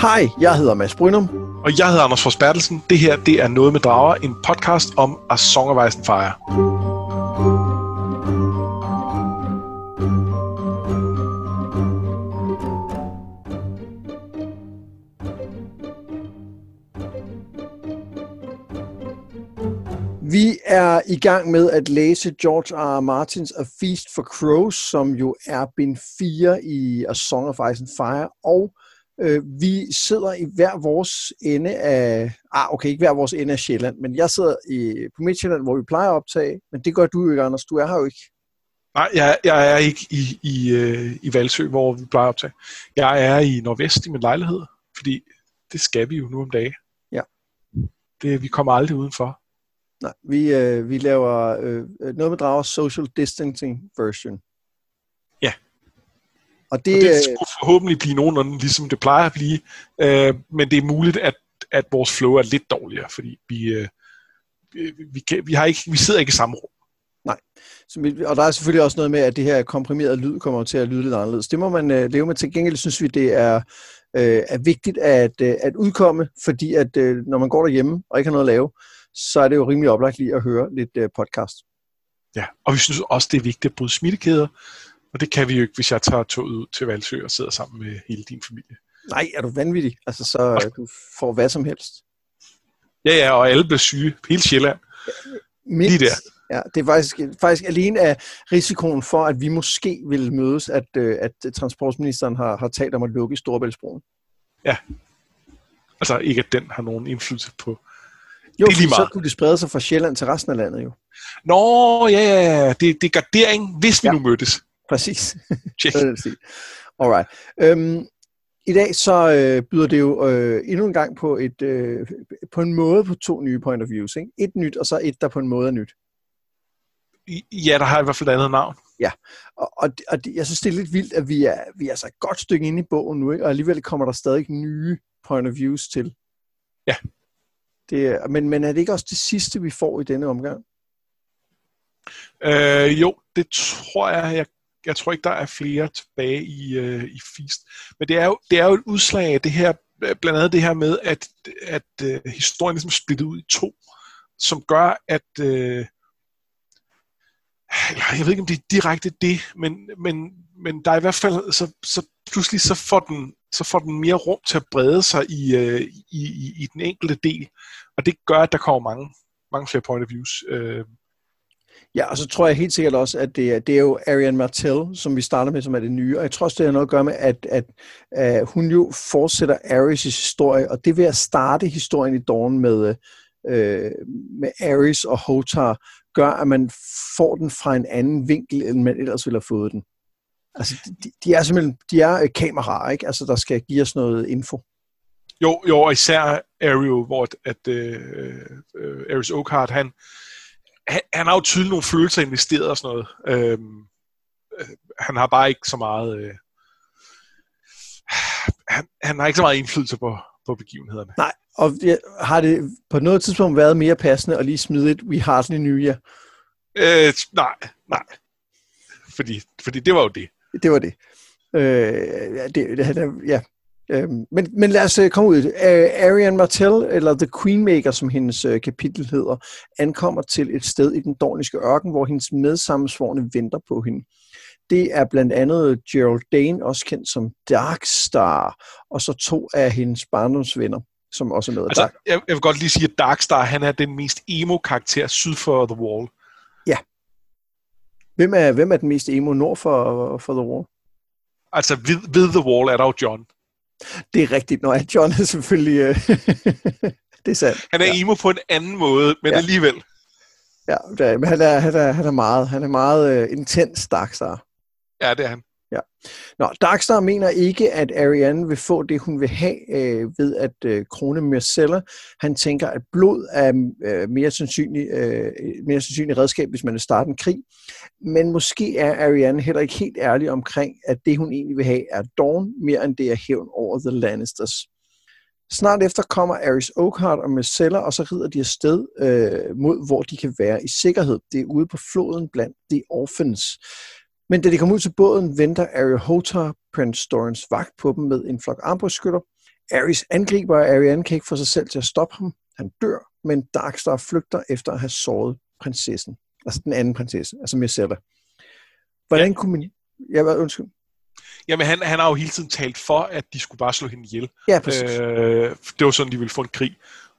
Hej, jeg hedder Mads Brynum. Og jeg hedder Anders Fors Bertelsen. Det her, det er Noget med Drager, en podcast om A Song of Ice and Fire. Vi er i gang med at læse George R. R. Martins A Feast for Crows, som jo er bind 4 i A Song of Ice and Fire, og vi sidder i hver vores ende af, ikke hver vores ende af Sjælland, men jeg sidder på Midtjylland, hvor vi plejer at optage, men det gør du jo ikke, Anders, du er her jo ikke. Nej, jeg er ikke i Valsø, hvor vi plejer at optage. Jeg er i Nordvest i min lejlighed, fordi det skal vi jo nu om dagen. Ja. Vi kommer aldrig udenfor. Nej, vi laver Noget med Drager social distancing version. Ja. Og det skulle forhåbentlig blive nogenlunde ligesom det plejer at blive, men det er muligt, at vores flow er lidt dårligere, fordi vi sidder ikke i samme rum. Nej, og der er selvfølgelig også noget med, at det her komprimerede lyd kommer til at lyde lidt anderledes. Det må man leve med. Til gengæld synes vi, det er vigtigt at udkomme, fordi at når man går derhjemme og ikke har noget at lave, så er det jo rimelig oplagt lige at høre lidt podcast. Ja, og vi synes også, det er vigtigt at bryde smittekæder, og det kan vi jo ikke, hvis jeg tager toget ud til Valsø og sidder sammen med hele din familie. Nej, er du vanvittig? Altså, så du får hvad som helst. Ja, og alle bliver syge. Hele Sjælland. Lige der. Ja, det er faktisk alene af risikoen for, at vi måske vil mødes, at transportministeren har talt om at lukke Storebæltsbroen. Ja. Altså ikke, at den har nogen indflydelse på. Jo, så kunne det sprede sig fra Sjælland til resten af landet jo. Nå, ja, det er gardering, hvis vi nu mødtes. Præcis. Check. Alright. I dag så byder det jo endnu en gang på på en måde på 2 nye point of views. Ikke? Et nyt, og så et, der på en måde er nyt. Ja, der har i hvert fald et andet navn. Ja, og jeg synes, det er lidt vildt, at vi er så et godt stykke inde i bogen nu, ikke? Og alligevel kommer der stadig nye point of views til. Ja. Men er det ikke også det sidste, vi får i denne omgang? Jo, det tror jeg. Jeg tror ikke, der er flere tilbage i Feast. Men det er jo et udslag af det her, blandt andet det her med, at historien ligesom er splittet ud i 2, som gør, at jeg ved ikke, om det er direkte det, men der er i hvert fald, så pludselig så får den mere rum til at brede sig i den enkelte del, og det gør, at der kommer mange flere point of views. Ja, og så tror jeg helt sikkert også, at det er jo Arianne Martell, som vi starter med, som er det nye, og jeg tror også, det har noget at gøre med, at hun jo fortsætter Aerys' historie, og det ved at starte historien i Dawn med Aerys og Hotar, gør, at man får den fra en anden vinkel, end man ellers ville have fået den. Altså, de er simpelthen kameraer, ikke? Altså, der skal give os noget info. Jo, og især Aeryo, hvor Aerys Oakheart, han har jo tydeligt nogle følelser investeret og sådan noget. Han har bare ikke så meget. Han har ikke så meget indflydelse på begivenhederne. Nej, og har det på noget tidspunkt været mere passende at lige smide et We Hardly Knew You? Nej. Fordi det var jo det. Det var det. Men lad os komme ud. Arianne Martell, eller The Queenmaker, som hendes kapitel hedder, ankommer til et sted i den dorniske ørken, hvor hendes medsammensvorne venter på hende. Det er blandt andet Gerald Dane, også kendt som Darkstar, og så 2 af hendes barndomsvenner, som også er med. Altså, jeg vil godt lige sige, at Darkstar, han er den mest emo-karakter syd for The Wall. Ja. Hvem er den mest emo nord for The Wall? Altså, ved The Wall er der jo John. Det er rigtigt. Nå, at John er selvfølgelig. Det er sandt. Han er emo på en anden måde, men alligevel. Ja, men han er meget intens Darkstar. Ja, det er han. Ja. Nå, Darkstar mener ikke, at Arianne vil få det, hun vil have ved at krone Myrcella. Han tænker, at blod er mere sandsynligt redskab, hvis man vil starte en krig. Men måske er Arianne heller ikke helt ærlig omkring, at det, hun egentlig vil have, er Dawn, mere end det er hævn over The Lannisters. Snart efter kommer Aerys Oakheart og Myrcella, og så rider de afsted mod, hvor de kan være i sikkerhed. Det er ude på floden blandt The Orphans. Men da de kommer ud til båden, venter Areo Hotar, Prince Dorans vagt, på dem med en flok armbrystskytter. Ares angriber, og Arianne kan ikke få sig selv til at stoppe ham. Han dør, men Darkstar flygter efter at have såret prinsessen. Altså den anden prinsesse, altså Myrcella. Hvordan kunne man... undskyld. Jamen, han har jo hele tiden talt for, at de skulle bare slå hende ihjel. Ja, præcis. Det var sådan, de ville få en krig.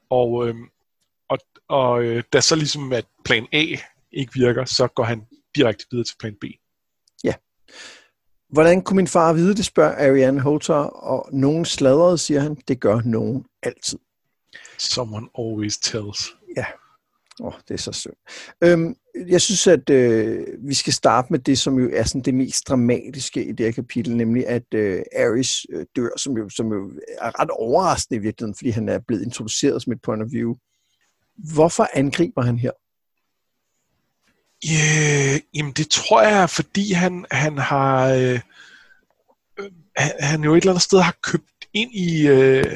Og da så ligesom, at plan A ikke virker, så går han direkte videre til plan B. Ja. Hvordan kunne min far vide det, spørger Arianne Hotar, og nogen sladrede, siger han. Det gør nogen altid. Someone always tells. Ja. Det er så synd. Jeg synes, at vi skal starte med det, som jo er sådan det mest dramatiske i det her kapitel, nemlig at Ares dør, som jo er ret overraskende i virkeligheden, fordi han er blevet introduceret som et point of view. Hvorfor angriber han her? Jamen det tror jeg, fordi han har han jo et eller andet sted har købt ind i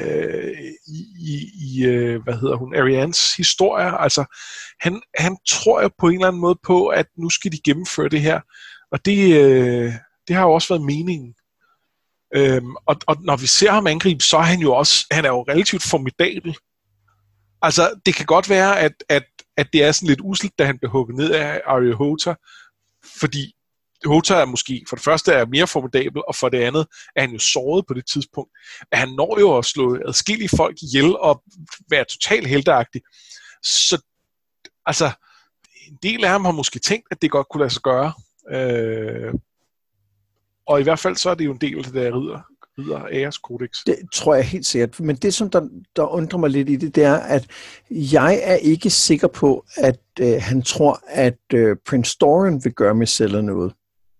hvad hedder hun, Ariannes historie. Altså han tror jo på en eller anden måde på, at nu skal de gennemføre det her, og det har jo også været meningen. Og når vi ser ham angribe, så er han jo relativt formidabel. Altså det kan godt være, at det er sådan lidt usselt, da han blev hugget ned af Arya Hotar, fordi Hotar er måske for det første er mere formidabel, og for det andet er han jo såret på det tidspunkt. At han når jo at slå adskillige folk ihjel og være totalt helteagtig. Så altså, en del af ham har måske tænkt, at det godt kunne lade sig gøre. Og i hvert fald så er det jo en del af det der ridder Ares Codex. Det tror jeg helt sikkert. Men det, som der undrer mig lidt i det er, at jeg er ikke sikker på, at han tror, at Prince Doran vil gøre Myrcella noget.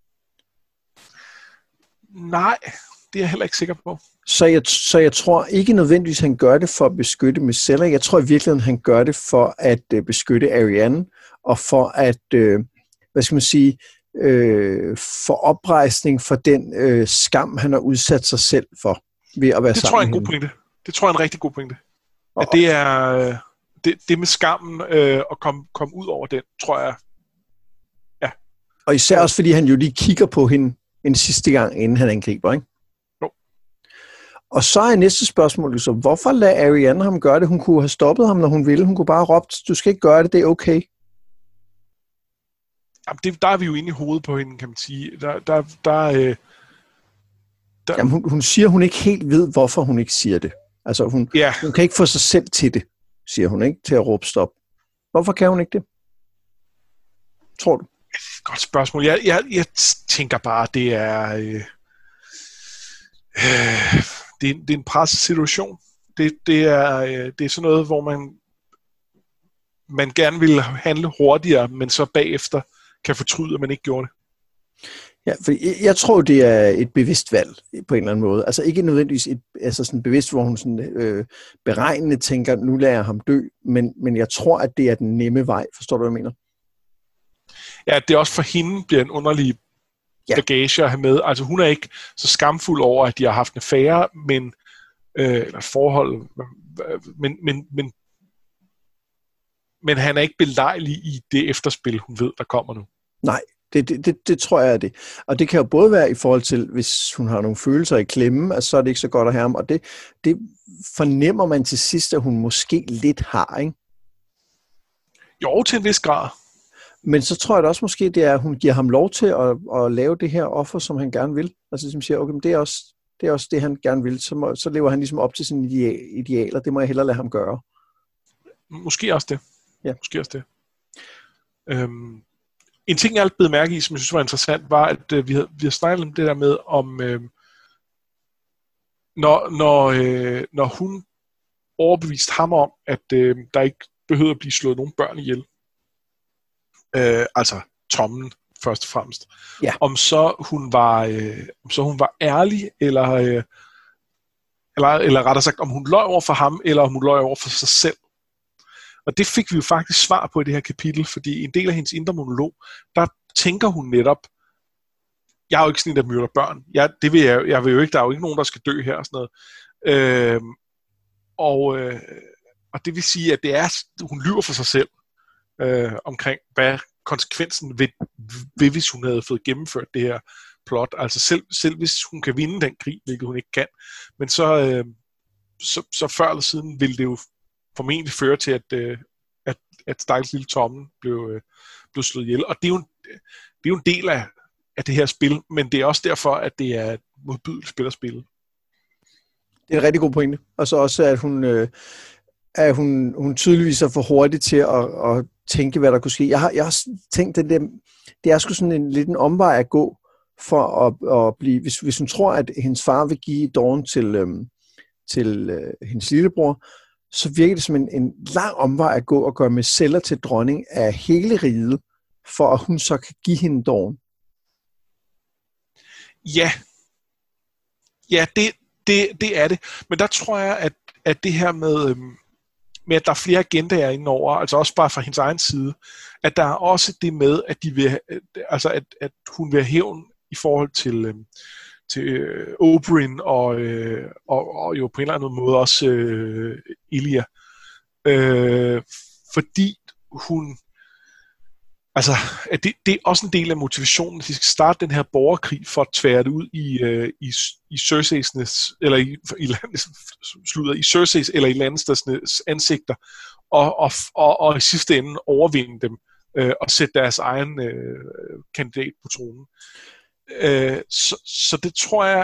Nej, det er jeg heller ikke sikker på. Så jeg tror ikke nødvendigvis, han gør det for at beskytte Myrcella. Jeg tror i virkeligheden, han gør det for at beskytte Arianne, og for at, hvad skal man sige, for oprejsning for den skam, han har udsat sig selv for ved at være sammen. Det tror jeg er en god pointe. Det tror jeg er en rigtig god pointe. At det er det med skammen at komme ud over den, tror jeg. Ja. Og især også fordi han jo lige kigger på hende en sidste gang, inden han angriber, ikke? Jo. Og så er næste spørgsmål så, hvorfor lader Arianne ham gøre det? Hun kunne have stoppet ham, når hun ville. Hun kunne bare have råbt, du skal ikke gøre det, det er okay. Jamen, der er vi jo inde i hovedet på hende, kan man sige. Jamen, hun siger, hun ikke helt ved, hvorfor hun ikke siger det. Altså, hun kan ikke få sig selv til det, siger hun, ikke? Til at råbe stop. Hvorfor kan hun ikke det? Tror du? Godt spørgsmål. Jeg tænker bare, det er det er en presset situation. Det er sådan noget, hvor man gerne vil handle hurtigere, men så bagefter kan fortryde, at man ikke gjorde det. Ja, for jeg tror, det er et bevidst valg på en eller anden måde. Altså ikke nødvendigvis sådan bevidst, hvor hun sådan, beregnende tænker, nu lader jeg ham dø, men jeg tror, at det er den nemme vej. Forstår du, hvad jeg mener? Ja, det er også for hende bliver en underlig bagage at have med. Altså hun er ikke så skamfuld over, at de har haft en affære, eller forhold, men han er ikke belejlig i det efterspil, hun ved, der kommer nu. Nej, det tror jeg er det. Og det kan jo både være i forhold til, hvis hun har nogle følelser i klemme, altså så er det ikke så godt at have ham, og det fornemmer man til sidst, at hun måske lidt har, ikke? Jo, til en vis grad. Men så tror jeg da også måske, det er, at hun giver ham lov til at lave det her offer, som han gerne vil. Altså som siger, okay, men det er også det, han gerne vil. Så lever han ligesom op til sine idealer. Det må jeg hellere lade ham gøre. Måske også det. Ja. Måske også det. En ting, jeg blev mærke i, som jeg synes var interessant, var, at vi har snakket om det der med, om når hun overbeviste ham om, at der ikke behøvede at blive slået nogen børn ihjel. Altså Tommen først og fremmest. Ja. Om så hun var ærlig, eller rettere sagt, om hun løj over for ham, eller om hun løj over for sig selv. Og det fik vi jo faktisk svar på i det her kapitel, fordi en del af hendes indre monolog, der tænker hun netop, jeg er jo ikke sådan en, der myrder børn. Jeg vil jo ikke, der er jo ikke nogen, der skal dø her og sådan noget. Og det vil sige, at det er, hun lyver for sig selv omkring, hvad konsekvensen vil, hvis hun havde fået gennemført det her plot. Altså selv hvis hun kan vinde den krig, hvilket hun ikke kan, men så så før eller siden ville det jo formentlig føre til, at stakkels lille Tommen blev slået ihjel. Og det er jo en del af det her spil, men det er også derfor, at det er et modbydeligt spil at spille. Det er en rigtig god pointe. Og så også, at hun tydeligvis er for hurtig til at tænke, hvad der kunne ske. Jeg har tænkt, at det er sgu sådan lidt en omvej at gå, for at blive, hvis hun tror, at hendes far vil give Dawn til hendes lillebror, så virker det som en lang omvej at gå og gøre Myrcella til dronning af hele riget, for at hun så kan give hende Dawn. Ja, det er det. Men der tror jeg, at det her med at der er flere agendaer indover, altså også bare fra hendes egen side, at der er også det med, at de vil, altså at hun vil have hævn i forhold til Oberyn og jo på en eller anden måde også Elia. Fordi hun, altså at det er også en del af motivationen, at de skal starte den her borgerkrig for at tvære det ud i Cerseis eller i Cerseis eller i Lannisters ansigter og i sidste ende overvinde dem og sætte deres egen kandidat på tronen. Så det tror jeg,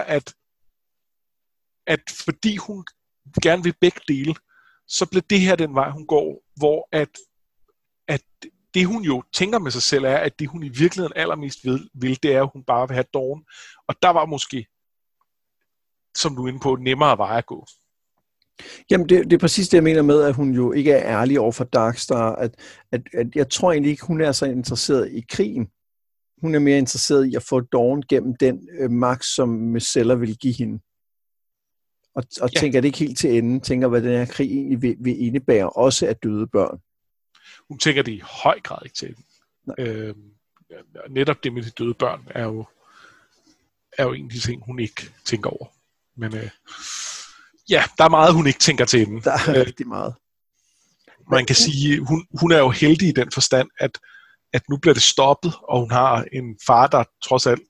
at fordi hun gerne vil begge dele, så bliver det her den vej, hun går, hvor at det hun jo tænker med sig selv er, at det hun i virkeligheden allermest vil, det er, at hun bare vil have Dawn. Og der var måske, som du er inde på, nemmere vej at gå. Jamen, det er præcis det, jeg mener med, at hun jo ikke er ærlig over for Darkstar. At jeg tror egentlig ikke, hun er så interesseret i krigen. Hun er mere interesseret i at få Dawn gennem den magt, som Myrcella vil give hende. Og tænker det ikke helt til ende. Tænker, hvad den her krig egentlig vil indebære. Også af døde børn. Hun tænker det i høj grad ikke til. Netop det med de døde børn er jo en af de ting, hun ikke tænker over. Men der er meget, hun ikke tænker til hende. Der er rigtig meget. Man kan sige, hun er jo heldig i den forstand, at nu bliver det stoppet, og hun har en far, der trods alt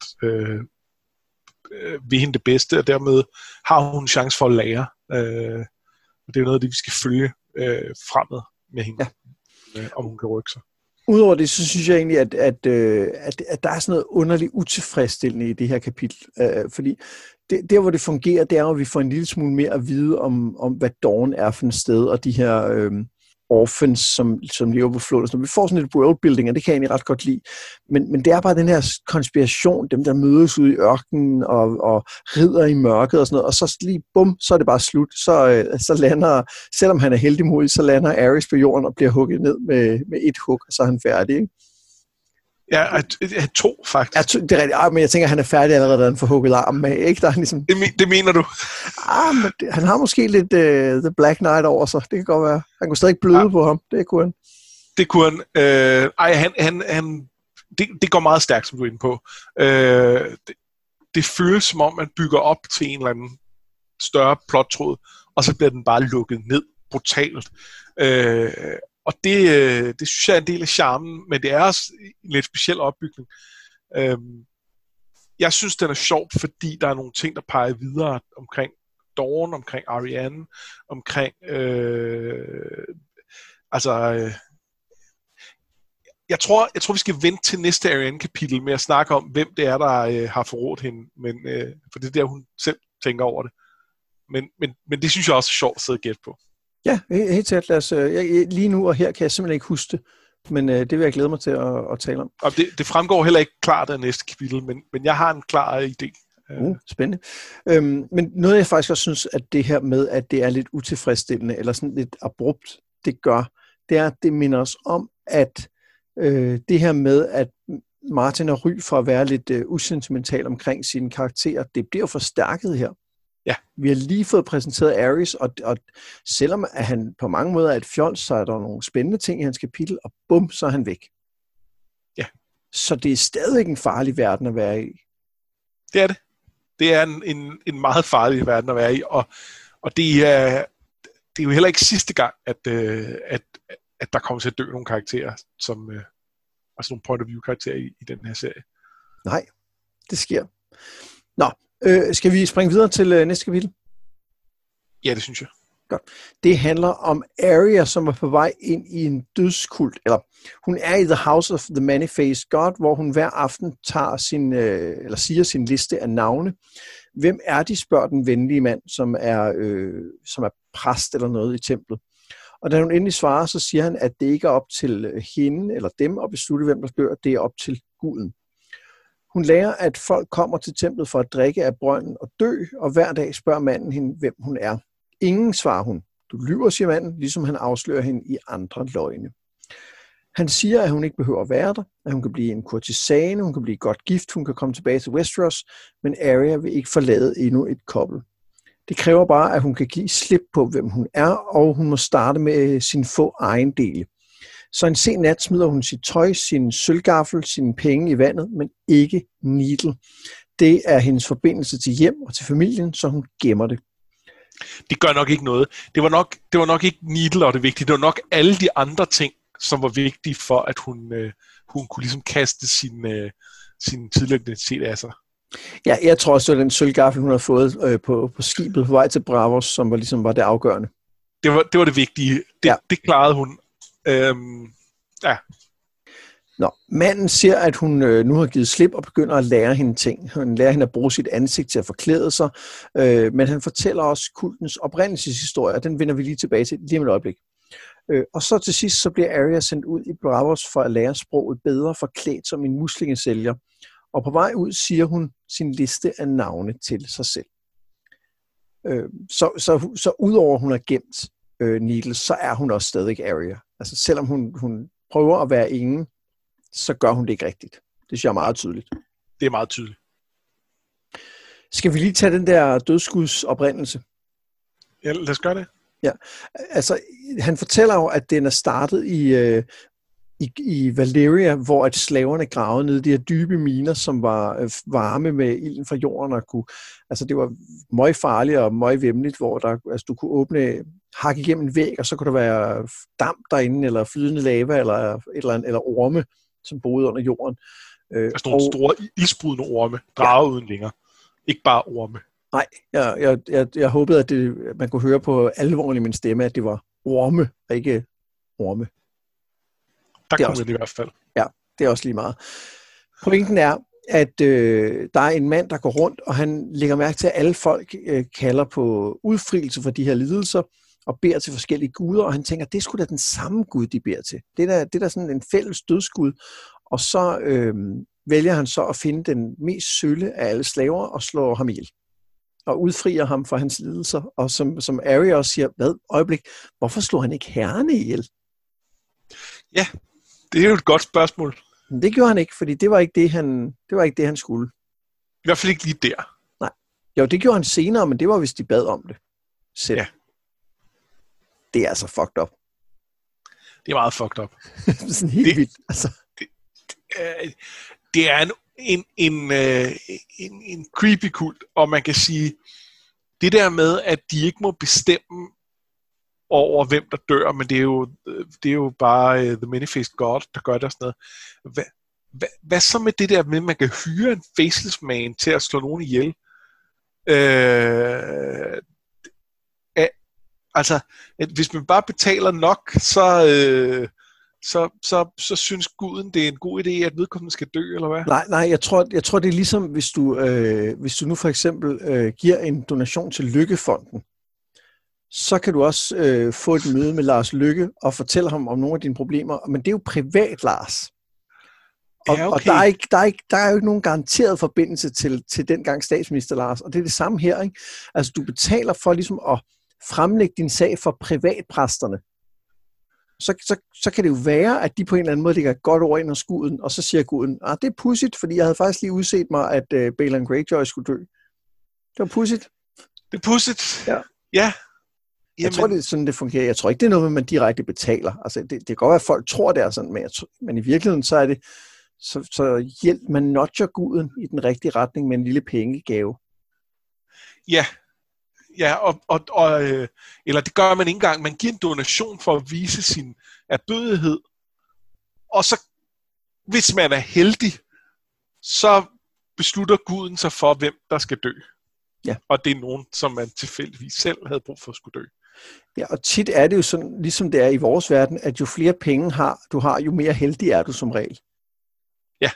vil hende det bedste, og dermed har hun en chance for at lære. Og det er noget af det, vi skal følge fremad med hende. Ja. Om hun kan rykke sig. Udover det, så synes jeg egentlig, at der er sådan noget underligt utilfredsstillende i det her kapitel. Fordi der, hvor det fungerer, det er jo, at vi får en lille smule mere at vide om hvad Dawn er for et sted, og de her orphans, som lever på floden. Vi får sådan lidt worldbuilding, og det kan jeg egentlig ret godt lide. Men det er bare den her konspiration, dem der mødes ude i ørkenen og rider i mørket og sådan noget, og så lige bum, så er det bare slut. Så lander, selvom han er heldig modig, så lander Aerys på jorden og bliver hugget ned med et hug, og så er han færdig, ikke? Ja, to faktisk. Ja, det er rigtigt. Men jeg tænker, at han er færdig allerede, da han får hugget armen med, ikke? Der er ligesom... Det mener du? Men han har måske lidt The Black Knight over sig. Det kan godt være. Han kunne stadig bløde på ham. Det kunne han. Det kunne han. Det går meget stærkt, som du er inde på. Det føles som om, man bygger op til en eller anden større plottråd, og så bliver den bare lukket ned brutalt. Og det synes jeg er en del af charmen, men det er også en lidt speciel opbygning. Jeg synes, den er sjovt, fordi der er nogle ting, der peger videre omkring Dawn, omkring Arianne, omkring... Jeg tror, vi skal vente til næste Arianne-kapitel med at snakke om, hvem det er, der har forrådt hende, men, for det er der, hun selv tænker over det. Men det synes jeg også er sjovt at sidde og gætte på. Ja, helt sikkert. Lige nu og her kan jeg simpelthen ikke huske det, men det vil jeg glæde mig til at tale om. Og det fremgår heller ikke klart af næste kapitel, men jeg har en klar idé. Spændende. Men noget jeg faktisk også synes, at det her med, at det er lidt utilfredsstillende, eller sådan lidt abrupt, det gør, det er, at det minder os om, at det her med, at Martin har ry for at være lidt usentimental omkring sine karakterer, det bliver forstærket her. Ja. Vi har lige fået præsenteret Aerys, og selvom at han på mange måder er et fjols, så er der nogle spændende ting i hans kapitel, og bum, så er han væk. Ja. Så det er stadig en farlig verden at være i. Det er det. Det er en meget farlig verden at være i, og det er jo heller ikke sidste gang, at der kommer til at dø nogle karakterer, som altså nogle point of view karakterer i den her serie. Nej, det sker. Nå, skal vi springe videre til næste kapitel? Ja, det synes jeg. Godt. Det handler om Arya, som er på vej ind i en dødskult. Eller hun er i The House of the Many-Faced God, hvor hun hver aften tager siger sin liste af navne. Hvem er de, spørger den venlige mand, som er præst eller noget i templet. Og da hun endelig svarer, så siger han, at det ikke er op til hende eller dem at beslutte, hvem der dør. Det er op til guden. Hun lærer, at folk kommer til templet for at drikke af brønden og dø, og hver dag spørger manden hende, hvem hun er. Ingen, svarer hun. Du lyver, siger manden, ligesom han afslører hende i andre løgne. Han siger, at hun ikke behøver at være der, at hun kan blive en kurtisane, hun kan blive godt gift, hun kan komme tilbage til Westeros, men Arya vil ikke forlade endnu et kobbel. Det kræver bare, at hun kan give slip på, hvem hun er, og hun må starte med sine få ejendele. Så en sen nat smider hun sit tøj, sin sølvgaffel, sine penge i vandet, men ikke Needle. Det er hendes forbindelse til hjem og til familien, så hun gemmer det. Det gør nok ikke noget. Det var nok ikke Needle og det vigtige. Det var nok alle de andre ting, som var vigtige for, at hun kunne ligesom kaste sin tidligere identitet af sig. Ja, jeg tror også, det var den sølvgaffel, hun har fået på skibet på vej til Bravos, som var det afgørende. Det var det vigtige. Det klarede hun. Ja. Nå, manden ser, at hun nu har givet slip og begynder at lære hende ting. Han lærer hende at bruge sit ansigt til at forklæde sig, men han fortæller også kultens oprindelseshistorie, og den vender vi lige tilbage til lige om et øjeblik. Og så til sidst, så bliver Arya sendt ud i Bravos for at lære sproget bedre, forklædt som en muslingesælger. Og på vej ud siger hun sin liste af navne til sig selv. Så udover hun har gemt Needle, så er hun også stadig Arya. Altså selvom hun prøver at være ingen, så gør hun det ikke rigtigt. Det synes jeg er meget tydeligt. Det er meget tydeligt. Skal vi lige tage den der dødsskuds oprindelse? Ja, lad os gøre det. Ja, altså han fortæller jo, at den er startet i Valyria, hvor at slaverne gravede ned i de her dybe miner, som var varme med ilden fra jorden og det var meget farligt og meget væmmeligt, hvor du kunne hakke igennem en væg, og så kunne der være damp derinde, eller flydende lava, eller orme, som boede under jorden. Altså nogle store ildsprudende orme, drager uden vinger. Ikke bare orme. Nej, jeg håbede, at man kunne høre på alvoren i min stemme, at det var orme, og ikke orme. Der kommer det i hvert fald. Ja, det er også lige meget. Pointen er, at der er en mand, der går rundt, og han lægger mærke til, at alle folk kalder på udfrielse for de her lidelser, og beder til forskellige guder, og han tænker, det er sgu da den samme gud, de beder til. Det er der sådan en fælles dødsgud, og så vælger han så at finde den mest sølle af alle slaver, og slår ham ihjel. Og udfrier ham for hans lidelser, og som Arya også siger, øjeblik, hvorfor slår han ikke herrerne ihjel? Ja, det er jo et godt spørgsmål. Men det gjorde han ikke, fordi det var ikke det, han skulle. I hvert fald ikke lige der. Nej. Jo, det gjorde han senere, men det var, hvis de bad om det selv. Ja. Det er altså fucked up. Det er meget fucked up. Sådan helt vildt. Altså. Det er en creepy kult, og man kan sige, det der med, at de ikke må bestemme over, hvem der dør, men det er jo bare The Many-Faced God, der gør det og sådan noget. Hvad så med det der med, at man kan hyre en faceless man til at slå nogen ihjel? Altså, hvis man bare betaler nok, så synes guden, det er en god idé, at vedkommende skal dø, eller hvad? Nej, jeg tror, det er ligesom, hvis du nu for eksempel giver en donation til Lykkefonden, så kan du også få et møde med Lars Løkke og fortælle ham om nogle af dine problemer, men det er jo privat, Lars. Og, ja, okay. Og der er jo ikke nogen garanteret forbindelse til dengang statsminister Lars, og det er det samme her, ikke? Altså, du betaler for ligesom at fremlægge din sag for privatpræsterne. Så kan det jo være, at de på en eller anden måde ligger godt over ind hos guden, og så siger guden, det er pudsigt, fordi jeg havde faktisk lige udset mig, at Balon Greyjoy skulle dø. Det var pudsigt. Det er pudsigt. Ja. Ja. Jeg tror, det er sådan, det fungerer. Jeg tror ikke, det er noget, man direkte betaler. Altså, det kan godt være, at folk tror, det er sådan, men i virkeligheden, så er det, så hjælp man nudger guden i den rigtige retning med en lille pengegave. Ja. Ja, eller det gør man ikke engang. Man giver en donation for at vise sin erbødighed. Og så, hvis man er heldig, så beslutter guden sig for, hvem der skal dø. Ja. Og det er nogen, som man tilfældigvis selv havde brug for at skulle dø. Ja, og tit er det jo sådan, ligesom det er i vores verden, at jo flere penge du har, jo mere heldig er du som regel. Ja.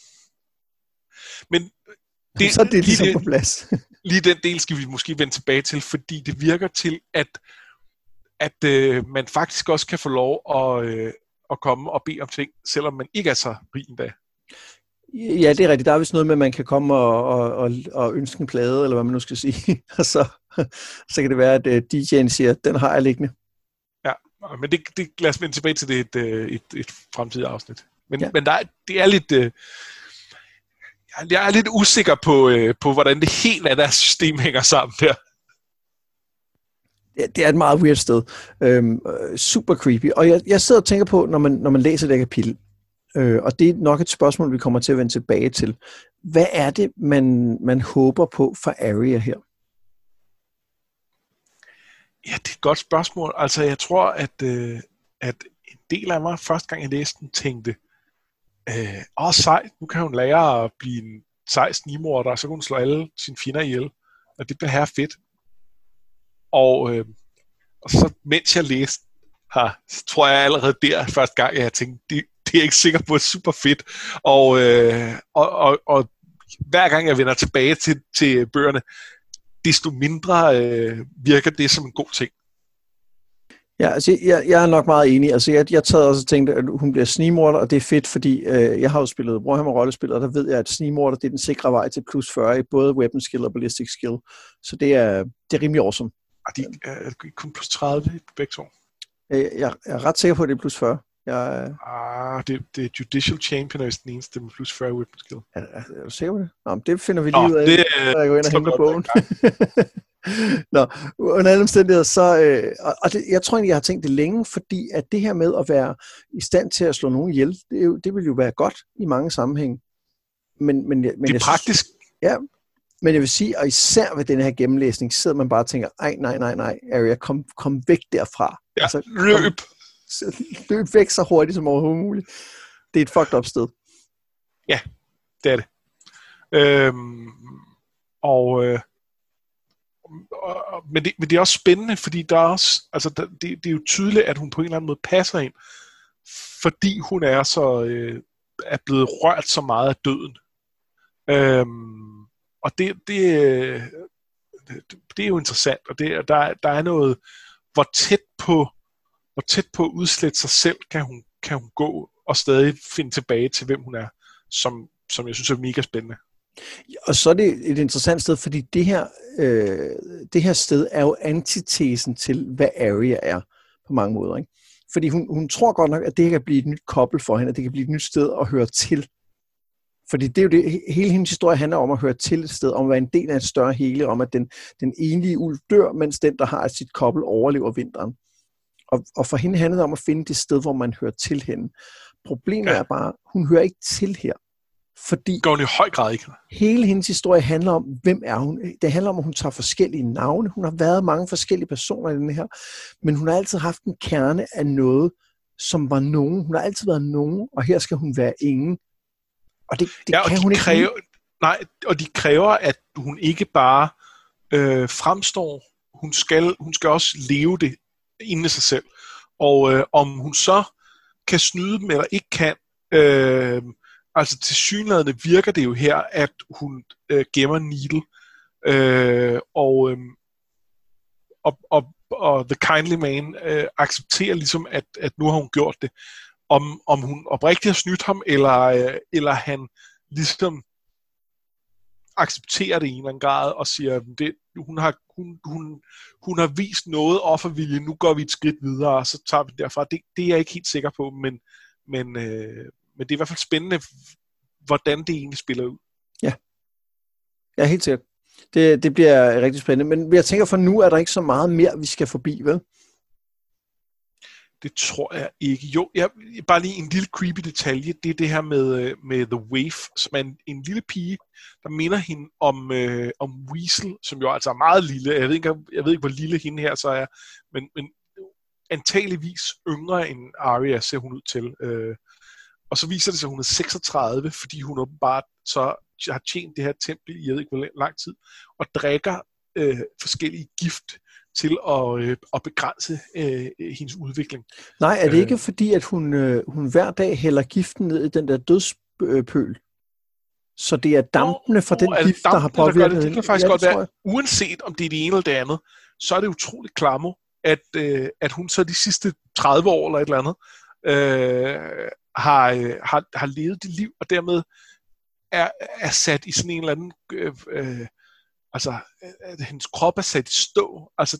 Men så er det ligesom på plads. Lige den del skal vi måske vende tilbage til, fordi det virker til, at man faktisk også kan få lov at komme og bede om ting, selvom man ikke er så rig endda. Ja, det er rigtigt. Der er vist noget med, at man kan komme og ønske en plade, eller hvad man nu skal sige. Og så kan det være, at DJ'en siger, den har jeg liggende. Ja, men det lad os vende tilbage til det et fremtidigt afsnit. Men, ja. Men det er lidt... jeg er lidt usikker på, hvordan det helt af deres system hænger sammen der. Ja, det er et meget weird sted. Super creepy. Og jeg sidder og tænker på, når man læser det kapitel, og det er nok et spørgsmål, vi kommer til at vende tilbage til. Hvad er det, man håber på for Arya her? Ja, det er et godt spørgsmål. Altså, jeg tror, at en del af mig, første gang jeg læste den, tænkte, sejt, nu kan hun lære at blive en sej snigmorder, og så kan hun slå alle sine fjender ihjel. Og det bliver her fedt. Og så, mens jeg læste her, tror jeg allerede der, første gang, jeg tænkte, det er jeg ikke sikker på, er super fedt. Og hver gang jeg vender tilbage til bøgerne, desto mindre virker det som en god ting. Ja, altså jeg er nok meget enig. Altså jeg tager også og tænkte, at hun bliver snigmorder, og det er fedt, fordi jeg har jo spillet Warhammer-rollespil, og der ved jeg, at snigmorder, det er den sikre vej til plus 40 i både weapon skill og ballistic skill. Så det er rimelig awesome. Og de er kun plus 30 i begge to? Jeg er ret sikker på, at det er plus 40. Det er Judicial Champion, er den eneste med plus 40 weapon skill. Er du sikker på det? Nå, det finder vi lige ud af, når jeg går ind og henter bogen. Nå, under alle omstændigheder, så... jeg tror egentlig, jeg har tænkt det længe, fordi at det her med at være i stand til at slå nogen ihjel, det vil jo være godt i mange sammenhænge. Men det er praktisk. Ja, men jeg vil sige, og især ved den her gennemlæsning, sidder man bare og tænker, nej, Arya, kom væk derfra. Ja, altså, løb væk så hurtigt som overhovedet muligt. Det er et fucked up sted. Ja, det er det. Men det er også spændende, fordi der er også, altså det er jo tydeligt, at hun på en eller anden måde passer ind, fordi hun er så er blevet rørt så meget af døden. Og det er jo interessant, og der er noget, hvor tæt på at udslætte sig selv kan hun gå og stadig finde tilbage til hvem hun er, som jeg synes er mega spændende. Og så er det et interessant sted, fordi det her sted er jo antitesen til, hvad Arya er på mange måder. Ikke? Fordi hun tror godt nok, at det kan blive et nyt kobbel for hende, at det kan blive et nyt sted at høre til. Fordi det er jo det, hele hendes historie handler om at høre til et sted, om at være en del af et større hele, om at den enlige ulv dør, mens den, der har sit kobbel, overlever vinteren. Og for hende handler det om at finde det sted, hvor man hører til hende. Problemet er bare, hun hører ikke til her. Fordi går hun i høj grad ikke. Hele hendes historie handler om, hvem er hun. Det handler om, at hun tager forskellige navne. Hun har været mange forskellige personer i den her. Men hun har altid haft en kerne af noget, som var nogen. Hun har altid været nogen, og her skal hun være ingen. Og det kan hun ikke. Og de kræver, at hun ikke bare fremstår. Hun skal også leve det inde i sig selv. Og om hun så kan snyde dem eller ikke kan... Altså tilsyneladende virker det jo her, at hun gemmer Needle, og The Kindly Man accepterer ligesom, at nu har hun gjort det. Om hun oprigtigt har snydt ham, eller han ligesom accepterer det i en eller anden grad, og siger, at hun har vist noget offervilje, nu går vi et skridt videre, og så tager vi derfra. Det er jeg ikke helt sikker på, men det er i hvert fald spændende, hvordan det egentlig spiller ud. Ja, jeg er helt sikkert. Det bliver rigtig spændende. Men jeg tænker, for nu er der ikke så meget mere, vi skal forbi, vel? Det tror jeg ikke. Jo, bare lige en lille creepy detalje. Det er det her med The Waif, som er en lille pige, der minder hende om Weasel, som jo altså er meget lille. Jeg ved ikke, hvor lille hende her så er, men antageligvis yngre end Arya ser hun ud til. Og så viser det sig, at hun er 36, fordi hun åbenbart så har tjent det her tempel i jeg ved ikke hvor lang tid, og drikker forskellige gift til at begrænse hendes udvikling. Nej, er det ikke fordi, at hun hver dag hælder giften ned i den der dødspøl? Så det er dampene fra den gift, der har påvirket det. Det kan faktisk godt være, uanset om det er det ene eller det andet, så er det utroligt klammer, at hun så de sidste 30 år eller et eller andet, har levet det liv, og dermed er sat i sådan en eller anden, at hendes krop er sat i stå. Altså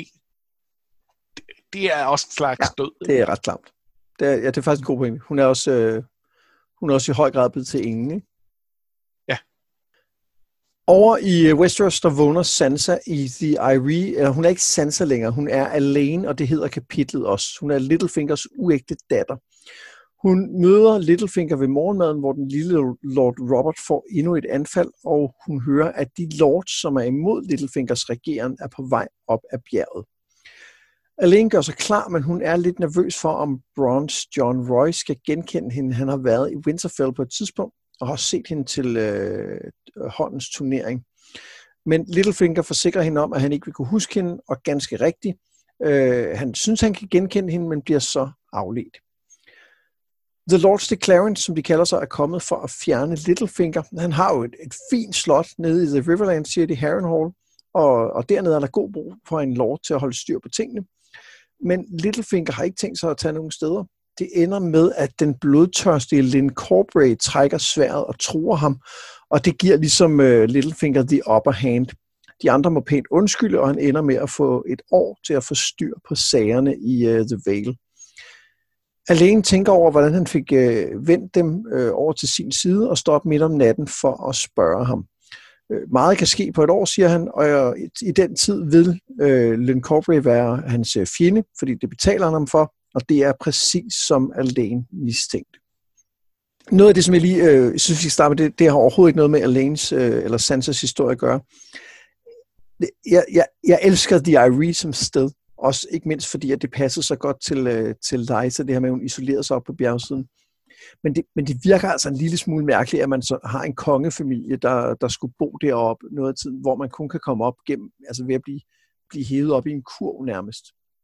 det er også en slags død. Det er ret klamt. Det er faktisk en god pointe. Hun er også i høj grad blevet til ingen, ikke? Over i Westeros, der vågner Sansa i The Eyrie, eller hun er ikke Sansa længere, hun er alene, og det hedder kapitlet også. Hun er Littlefingers uægte datter. Hun møder Littlefinger ved morgenmaden, hvor den lille Lord Robert får endnu et anfald, og hun hører, at de lords, som er imod Littlefingers regering, er på vej op ad bjerget. Alene gør sig klar, men hun er lidt nervøs for, om Bronze John Roy skal genkende hende. Han har været i Winterfell på et tidspunkt, og har set hende til håndens turnering. Men Littlefinger forsikrer hende om, at han ikke vil kunne huske hende, og ganske rigtigt. Han synes, han kan genkende hende, men bliver så afledt. The Lords Declarant, som de kalder sig, er kommet for at fjerne Littlefinger. Han har jo et fint slot nede i The Riverland, siger de, Harrenhal, og dernede er der god brug for en lord til at holde styr på tingene. Men Littlefinger har ikke tænkt sig at tage nogen steder. Det ender med, at den blodtørstige Lyn Corbray trækker sværdet og truer ham, og det giver ligesom Littlefinger the upper hand. De andre må pænt undskylde, og han ender med at få et år til at få styr på sagerne i The Vale. Alene tænker over, hvordan han fik vendt dem over til sin side og står op midt om natten for at spørge ham. Meget kan ske på et år, siger han, og i den tid vil Lyn Corbray være hans fjende, fordi det betaler han ham for, og det er præcis som Alene mistænkte. Noget af det, som jeg lige synes, vi skal starte med, det har overhovedet ikke noget med Alanes eller Sansas historie at gøre. Jeg elsker The Eyrie som sted, også ikke mindst fordi, at det passer så godt til Lysa, det her med, at hun isolerer sig op på bjergsiden. Men det virker altså en lille smule mærkeligt, at man så har en kongefamilie, der skulle bo deroppe noget af tiden, hvor man kun kan komme op gennem, altså ved at blive hævet op i en kurv nærmest.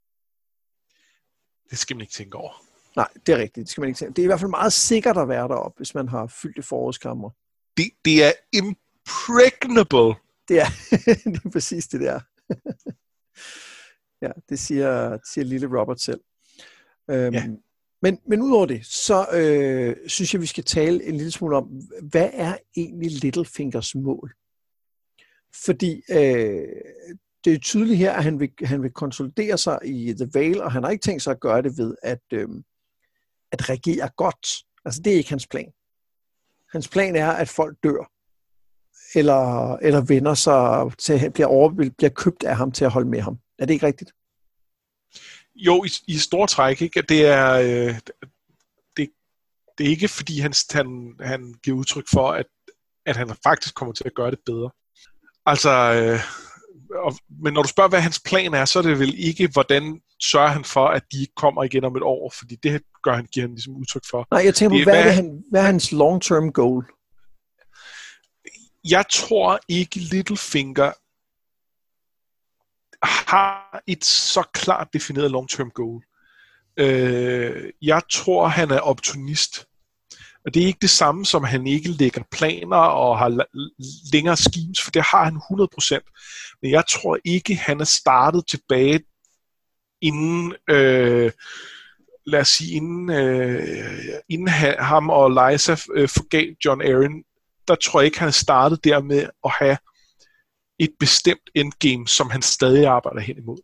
Det skal man ikke tænke over. Nej, det er rigtigt. Det skal man ikke tænke. Det er i hvert fald meget sikkert at være deroppe, hvis man har fyldt det forårskammer. Det er impregnable. Det er præcis det der. Ja, det siger lille Robert selv. Ja. Men udover det, så synes jeg, vi skal tale en lille smule om, hvad er egentlig Littlefingers mål? Fordi det er tydeligt her, at han vil konsolidere sig i The Vale, og han har ikke tænkt sig at gøre det ved at regere godt. Altså, det er ikke hans plan. Hans plan er, at folk dør, eller vender sig til, bliver købt af ham til at holde med ham. Er det ikke rigtigt? Jo, i store træk, ikke? Det er det er ikke fordi han giver udtryk for at han faktisk kommer til at gøre det bedre. Altså men når du spørger hvad hans plan er, så er det vel ikke hvordan sørger han for at de ikke kommer igen om et år, fordi det giver han ligesom udtryk for. Nej, jeg tænker på hvad er hans long-term goal? Jeg tror ikke Littlefinger har et så klart defineret long-term goal. Jeg tror, han er opportunist. Og det er ikke det samme, som han ikke lægger planer og har længere schemes, for det har han 100%. Men jeg tror ikke, han er startet tilbage inden, lad os sige, inden ham og Lysa forgav Jon Arryn. Der tror jeg ikke, han er startet der med at have et bestemt endgame, som han stadig arbejder hen imod.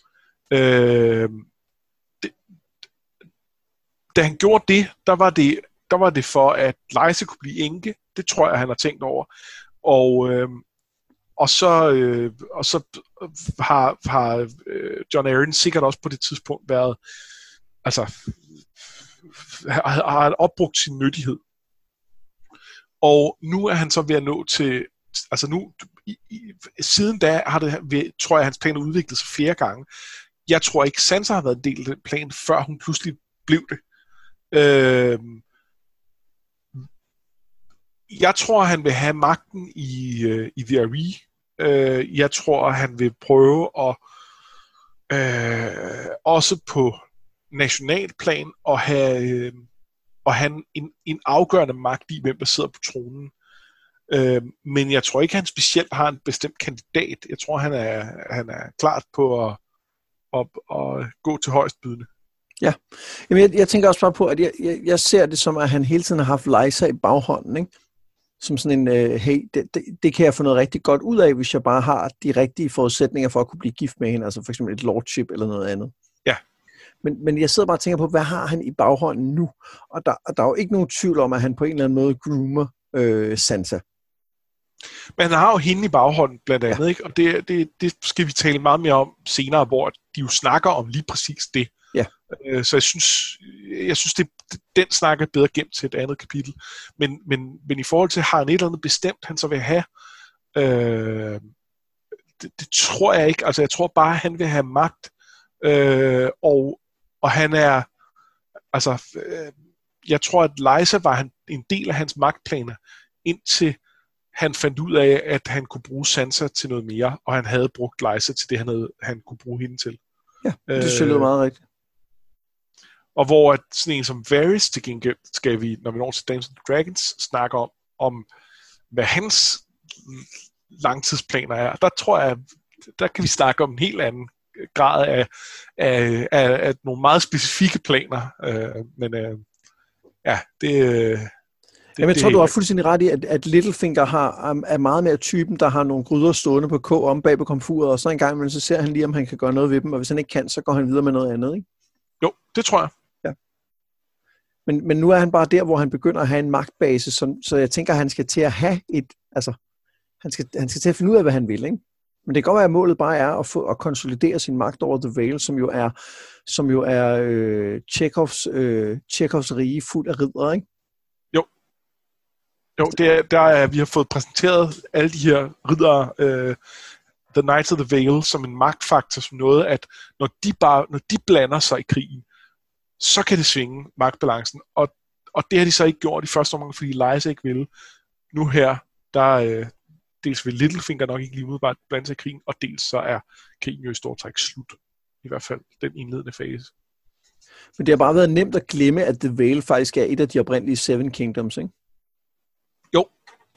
Da han gjorde det, der var det for, at Lysa kunne blive enke. Det tror jeg, han har tænkt over. Og så har Jon Arryn sikkert også på det tidspunkt været, altså, har opbrugt sin nyttighed. Og nu er han så ved at nå til, altså nu, siden da tror jeg, hans plan har udviklet sig flere gange. Jeg tror ikke, Sansa har været en del af den plan, før hun pludselig blev det. Jeg tror, han vil have magten i The Aree. Jeg tror, han vil prøve at også på nationalplan at have en afgørende magt i, hvem der sidder på tronen. Men jeg tror ikke, han specielt har en bestemt kandidat. Jeg tror, han er klart på at gå til højstbydende. Ja, jamen jeg tænker også bare på, at jeg ser det som, at han hele tiden har haft Lysa i baghånden, ikke? Som sådan en, hey, det kan jeg få noget rigtig godt ud af, hvis jeg bare har de rigtige forudsætninger for at kunne blive gift med hende, altså for eksempel et lordship eller noget andet. Ja. Men jeg sidder bare og tænker på, hvad har han i baghånden nu? Og der er jo ikke nogen tvivl om, at han på en eller anden måde groomer Sansa. Men han har jo hende i baghånden blandt andet, ja. Ikke? Og det skal vi tale meget mere om senere, hvor de jo snakker om lige præcis det. Ja. Så jeg synes den snak er bedre gemt til et andet kapitel. Men i forhold til, har han et eller andet bestemt, han så vil have, det tror jeg ikke. Altså jeg tror bare, han vil have magt, og han er, altså, jeg tror, at Lysa var en del af hans magtplaner, indtil han fandt ud af, at han kunne bruge Sansa til noget mere, og han havde brugt Lysa til det, han kunne bruge hende til. Ja, det synes jeg lyder meget rigtigt. Og hvor sådan en som Varys til gengæld, skal vi, når vi når til Dungeons & Dragons, snakke om, hvad hans langtidsplaner er. Der tror jeg, der kan vi snakke om en helt anden grad af nogle meget specifikke planer. Jamen, jeg tror, du har fuldstændig ret i, at Littlefinger er meget mere typen, der har nogle gryder stående på om bag på komfuret, og så en gang imellem, så ser han lige, om han kan gøre noget ved dem, og hvis han ikke kan, så går han videre med noget andet, ikke? Jo, det tror jeg. Ja. Men nu er han bare der, hvor han begynder at have en magtbase, så jeg tænker, at han skal til at have han skal til at finde ud af, hvad han vil, ikke? Men det kan godt være, at målet bare er at konsolidere sin magt over The Vale, som jo er Chekhovs rige fuld af riddere, ikke? Jo, vi har fået præsenteret alle de her riddere, The Knights of the Vale, som en magtfaktor, som noget, at når de blander sig i krigen, så kan det svinge magtbalancen, og det har de så ikke gjort i første omgang, fordi Lysa ikke ville. Nu her, dels vil Littlefinger nok ikke lige umiddelbart blande sig i krigen, og dels så er krigen jo i stort træk slut, i hvert fald den indledende fase. Men det har bare været nemt at glemme, at The Vale faktisk er et af de oprindelige Seven Kingdoms, ikke? Jo.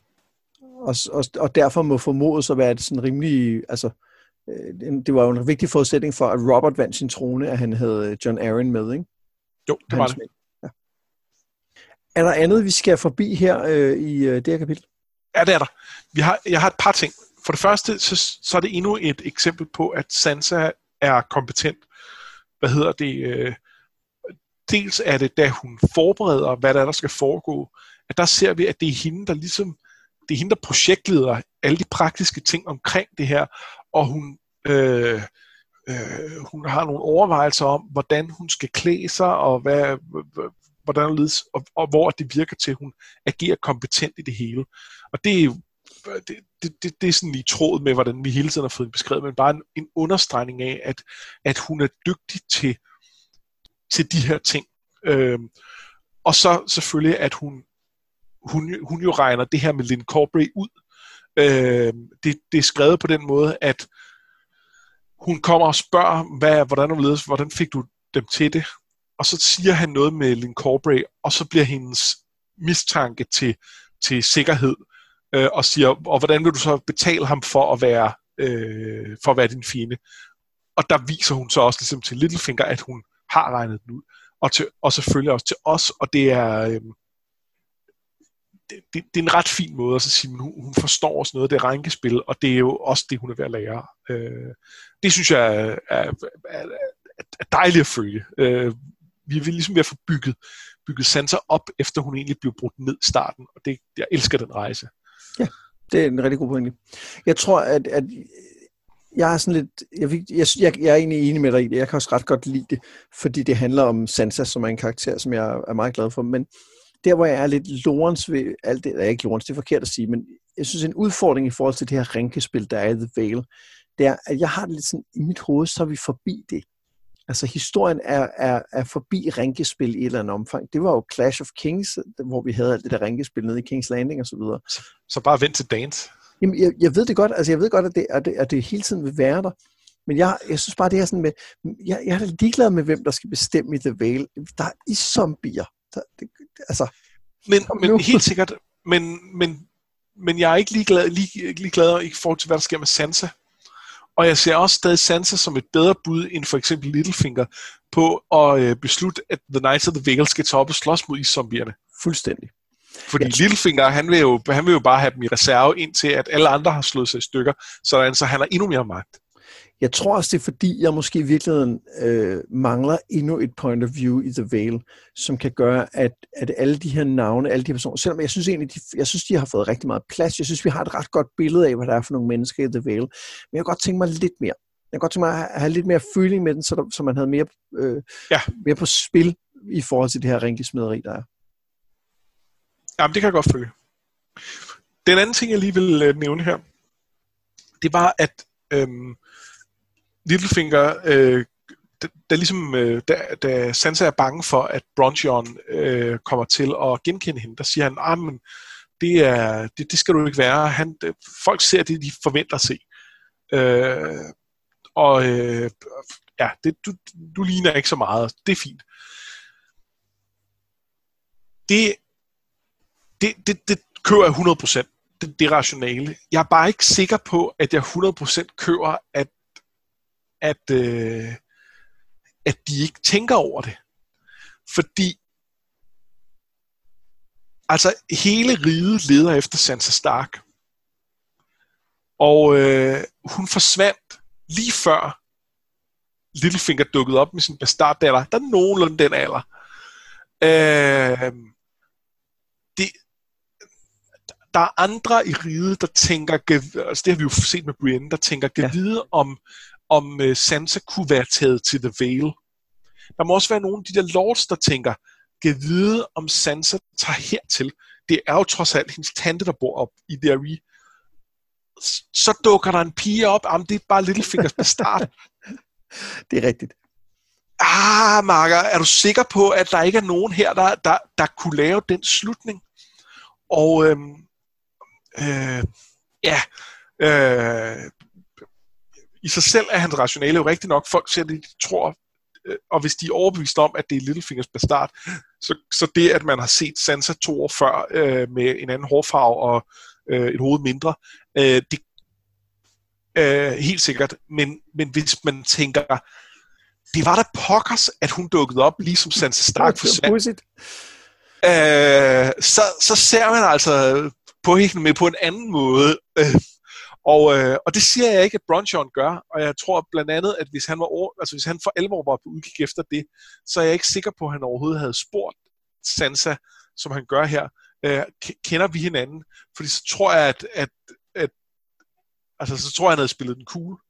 Og derfor må formodes at være det sådan rimelig, altså, det var jo en vigtig forudsætning for, at Robert vandt sin trone, at han havde Jon Arryn med, ikke? Jo, det var det. Ja. Er der andet, vi skal forbi her i det her kapitel? Ja, det er der. Jeg har et par ting. For det første, så er det endnu et eksempel på, at Sansa er kompetent. Dels er det, da hun forbereder, hvad der skal foregå, at der ser vi, at det er hende, der projektleder alle de praktiske ting omkring det her, og hun har nogle overvejelser om, hvordan hun skal klæde sig, og hvordan hun ledes, og hvor det virker til, at hun agerer kompetent i det hele. Og det er jo det er sådan i tråd med, hvordan vi hele tiden har fået beskrevet, men bare en understregning af, at hun er dygtig til de her ting. Og så selvfølgelig, at hun jo regner det her med Lyn Corbray ud. Det er skrevet på den måde, at hun kommer og spørger, hvordan fik du dem til det? Og så siger han noget med Lyn Corbray, og så bliver hendes mistanke til sikkerhed, og siger, og hvordan vil du så betale ham for at være din fjende? Og der viser hun så også ligesom til Littlefinger, at hun har regnet den ud. Og selvfølgelig også til os, og det er en ret fin måde at sige, at hun forstår også noget af det rænkespil, og det er jo også det, hun er ved at lære. Det synes jeg er dejligt at følge. Vi vil ligesom ved at få bygget Sansa op, efter hun egentlig blev brudt ned i starten, og jeg elsker den rejse. Ja, det er en rigtig god pointe. Jeg tror, at jeg er sådan lidt, jeg er egentlig enig med dig i det. Jeg kan også ret godt lide det, fordi det handler om Sansa, som er en karakter, som jeg er meget glad for. Men der, hvor jeg er lidt lorens ved alt det, ikke lorens, det er forkert at sige, men jeg synes, en udfordring i forhold til det her rænkespil, der er i The Vale, det er, at jeg har det lidt sådan i mit hoved, så er vi forbi det. Altså, historien er forbi rænkespil i et eller andet omfang. Det var jo Clash of Kings, hvor vi havde alt det der rænkespil nede i King's Landing og så videre. Så bare vent til Dance. Jamen, jeg ved det godt. Altså, jeg ved godt, at det hele tiden vil være der. Men jeg synes bare, det er sådan med... Jeg er ligeglad med, hvem der skal bestemme i The Vale. Der er zombier. Altså... Men helt sikkert... Men jeg er ikke ligeglad i forhold til, hvad der sker med Sansa. Og jeg ser også stadig Sansa som et bedre bud end for eksempel Littlefinger på at beslutte, at The Knights of the Vale skal tage op og slås mod iszombierne. Fuldstændig. Fordi Littlefinger, han vil jo bare have dem i reserve, indtil at alle andre har slået sig i stykker, så han har endnu mere magt. Jeg tror også, det er fordi, jeg måske i virkeligheden mangler endnu et point of view i The Vale, som kan gøre, at alle de her navne, alle de her personer, selvom jeg synes egentlig, de har fået rigtig meget plads, jeg synes, vi har et ret godt billede af, hvad der er for nogle mennesker i The Vale, men jeg kan godt tænke mig lidt mere. Jeg kan godt tænke mig at have lidt mere føling med den, så man havde mere på spil i forhold til det her rænkesmederi, der er. Jamen, det kan jeg godt følge. Den anden ting, jeg lige vil nævne her, det var, at Littlefinger, da Sansa er bange for, at Brontion kommer til at genkende hende, der siger han, men det skal du ikke være. Folk ser det, de forventer at se. Du ligner ikke så meget. Det er fint. Det kører jeg 100%. Det rationale. Jeg er bare ikke sikker på, at jeg 100% kører, at de ikke tænker over det. Fordi altså hele riget leder efter Sansa Stark. Og hun forsvandt lige før Littlefinger dukkede op med sin bastarddatter. Der er nogenlunde den alder. Der er andre i riget, der tænker, altså det har vi jo set med Brienne, der tænker, kan vide om Sansa kunne være taget til The Vale. Der må også være nogle af de der lords, der tænker, kan vide om Sansa tager hertil. Det er jo trods alt hendes tante, der bor op i Derry. Så dukker der en pige op, det er bare Littlefingers bastard. Det er rigtigt. Marker, er du sikker på, at der ikke er nogen her, der kunne lave den slutning? Og i sig selv er hans rationale jo rigtig nok. Folk siger det, de tror, og hvis de er overbevist om, at det er Littlefingers bastard, så det, at man har set Sansa 2 år før med en anden hårfarve og et hoved mindre, det helt sikkert. Men hvis man tænker, det var da pokkers, at hun dukkede op, ligesom Sansa Stark forsvandt. Så ser man altså på hende med på en anden måde. Og det siger jeg ikke, at Brontion gør, og jeg tror blandt andet, at hvis han for alvor var på udkig efter det, så er jeg ikke sikker på, at han overhovedet havde spurgt Sansa, som han gør her, kender vi hinanden? Fordi så tror jeg, så tror jeg, han havde spillet den cool.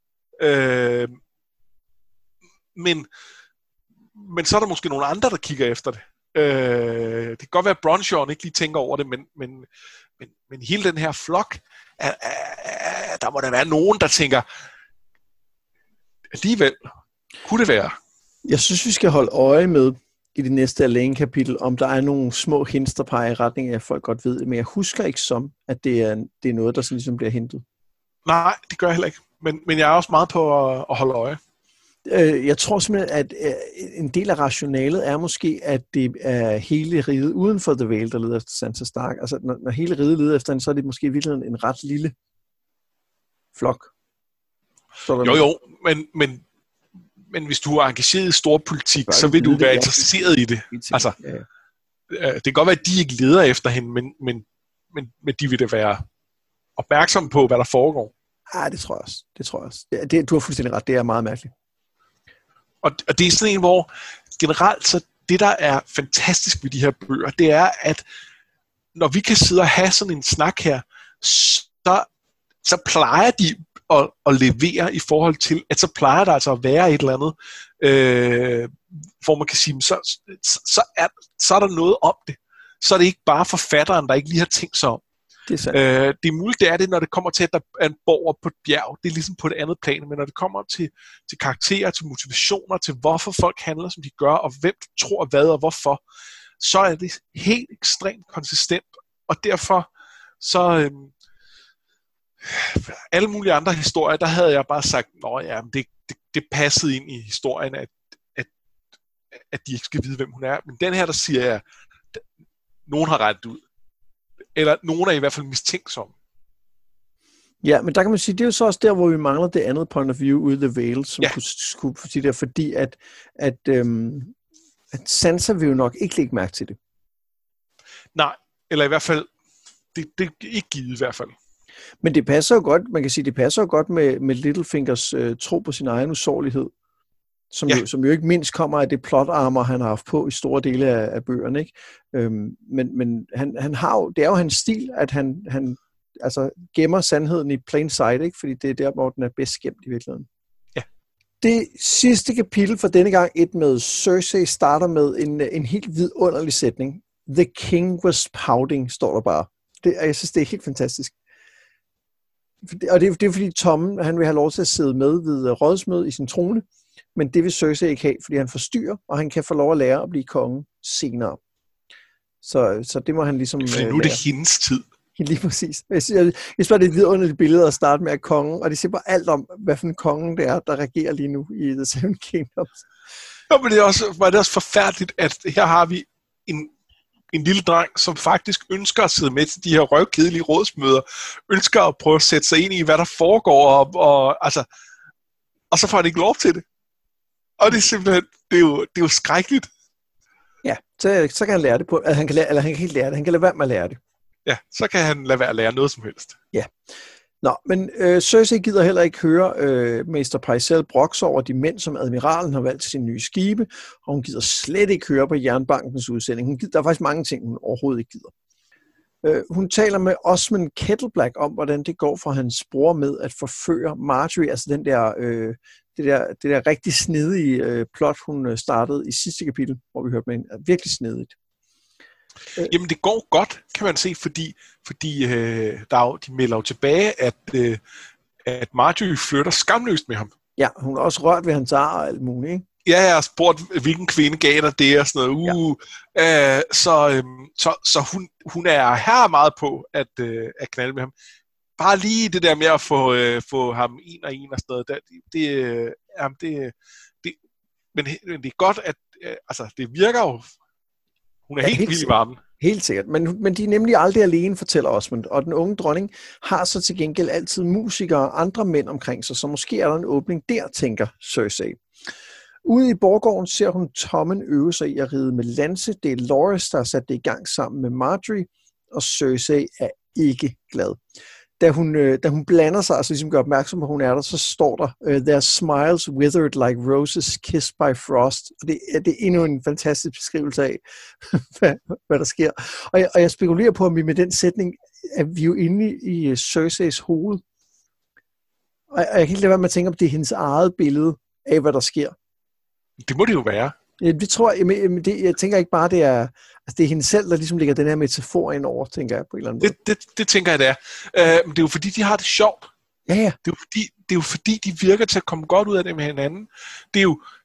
Men så er der måske nogle andre, der kigger efter det. Det kan godt være, at Brontion ikke lige tænker over det, men hele den her flok, der må der være nogen, der tænker, alligevel, kunne det være? Jeg synes, vi skal holde øje med i det næste Alain-kapitel, om der er nogle små hints, der peger i retning af, at folk godt ved, men jeg husker ikke som, at det er noget, der sådan ligesom bliver hentet. Nej, det gør jeg heller ikke, men jeg er også meget på at holde øje. Jeg tror simpelthen, at en del af rationalet er måske, at det er hele riget uden for The Vale, der leder efter Sansa Stark. Altså, når hele riget leder efter hende, så er det måske i virkeligheden en ret lille flok. Jo, men hvis du er engageret i stor politik, så vil du være interesseret i det. Altså, det kan godt være, at de ikke leder efter hende, men de vil da være opmærksomme på, hvad der foregår. Det tror jeg også. Du har fuldstændig ret, det er meget mærkeligt. Og det er sådan en, hvor generelt så det, der er fantastisk ved de her bøger, det er, at når vi kan sidde og have sådan en snak her, så plejer de at levere i forhold til, at så plejer der altså at være et eller andet, hvor man kan sige, så er der noget om det. Så er det ikke bare forfatteren, der ikke lige har tænkt sig om. Det er sandt. Det er muligt, det er det, når det kommer til, at der er en borger på et bjerg. Det er ligesom på et andet plan, men når det kommer til karakterer, til motivationer, til hvorfor folk handler, som de gør, og hvem tror hvad og hvorfor, så er det helt ekstremt konsistent, og derfor så alle mulige andre historier, der havde jeg bare sagt, men det passede ind i historien, at de ikke skal vide, hvem hun er. Men den her, der siger jeg, nogen har rettet ud. Eller nogen er i hvert fald mistænksomme. Ja, men der kan man sige, det er jo så også der, hvor vi mangler det andet point of view ude i The Vale, som kunne sige der, fordi at Sansa vil jo nok ikke lægge mærke til det. Nej, eller i hvert fald, det er ikke givet i hvert fald. Men det passer jo godt, man kan sige, det passer jo godt med Littlefingers tro på sin egen usårlighed, som jo ikke mindst kommer af det plot-armor, han har haft på i store dele af bøgerne, ikke? Men han har jo, det er jo hans stil, at han altså gemmer sandheden i plain sight, ikke? Fordi det er der, hvor den er bedst gemt i virkeligheden. Ja. Det sidste kapitel for denne gang, et med Cersei, starter med en helt vidunderlig sætning. The king was pouting, står der bare. Jeg synes, det er helt fantastisk. Og det er fordi Tom, han vil have lov til at sidde med ved rådsmødet i sin trone, men det vil Cersei ikke have, fordi han forstyrrer, og han kan få lov at lære at blive konge senere. Så det må han ligesom fordi nu er det hendes tid. Lige præcis. Jeg synes bare, det er et vidunderligt billede at starte med af kongen, og det siger bare alt om, hvad for en konge det er, der regerer lige nu i The Seven Kingdoms. Jo, men det er også forfærdeligt, at her har vi en lille dreng, som faktisk ønsker at sidde med til de her røvkedelige rådsmøder, ønsker at prøve at sætte sig ind i, hvad der foregår, og så får han ikke lov til det. Og det er simpelthen, det er jo skrækkeligt. Ja, så kan han lære det på, han kan ikke lære det, han kan lade være med at lære det. Ja, så kan han lade være at lære noget som helst. Ja. Nå, men Cersei gider heller ikke høre Mester Pycelle brokse over de mænd, som admiralen har valgt til sine nye skibe, og hun gider slet ikke høre på Jernbankens udsending. Der er faktisk mange ting, hun overhovedet ikke gider. Hun taler med Osmond Kettleblack om, hvordan det går for hans bror med at forføre Marjorie, altså den der, det der rigtig snedige plot, hun startede i sidste kapitel, hvor vi hørte med hende, er virkelig snedigt. Jamen det går godt, kan man se, fordi de melder jo tilbage, at Marjorie flytter skamløst med ham. Ja, hun har også rørt ved hans ar og alt muligt, ikke? Ja, jeg har spurgt, hvilken kvinde gav dig det og sådan noget. Så hun er her meget på at knalde med ham. Bare lige det der med at få ham en og en og sådan noget, men det er godt, at det virker jo. Hun er helt vild i varmen. Helt sikkert, men de er nemlig aldrig alene, fortæller Osmond, og den unge dronning har så til gengæld altid musikere og andre mænd omkring sig, så måske er der en åbning der, tænker Cersei. Ude i borggården ser hun Tommen øve sig i at ride med lanse. Det er Loras, der har sat det i gang sammen med Marjorie, og Cersei er ikke glad. Da hun blander sig, altså ligesom gør opmærksom på, at hun er der, så står der, their smiles withered like roses kissed by frost. Og det er endnu en fantastisk beskrivelse af, hvad der sker. Og jeg spekulerer på, om vi med den sætning, er vi jo inde i Cerseis hoved. Og jeg kan ikke lade være med at tænke, om det er hendes eget billede af, hvad der sker. Det må det jo være. Ja, det tror jeg tænker ikke bare, det er hende selv, der ligesom lægger den her metafor ind over, tænker jeg på en eller anden måde. Det tænker jeg, det er. Men det er jo fordi, de har det sjovt. Ja. Det er jo fordi, de virker til at komme godt ud af det med hinanden. Det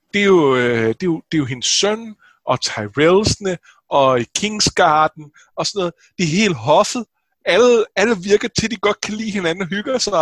er jo hendes søn, og Tyrellsene, og Kingsgarden, og sådan noget. Det er helt hoffet. Alle virker til, at de godt kan lide hinanden og hygger sig,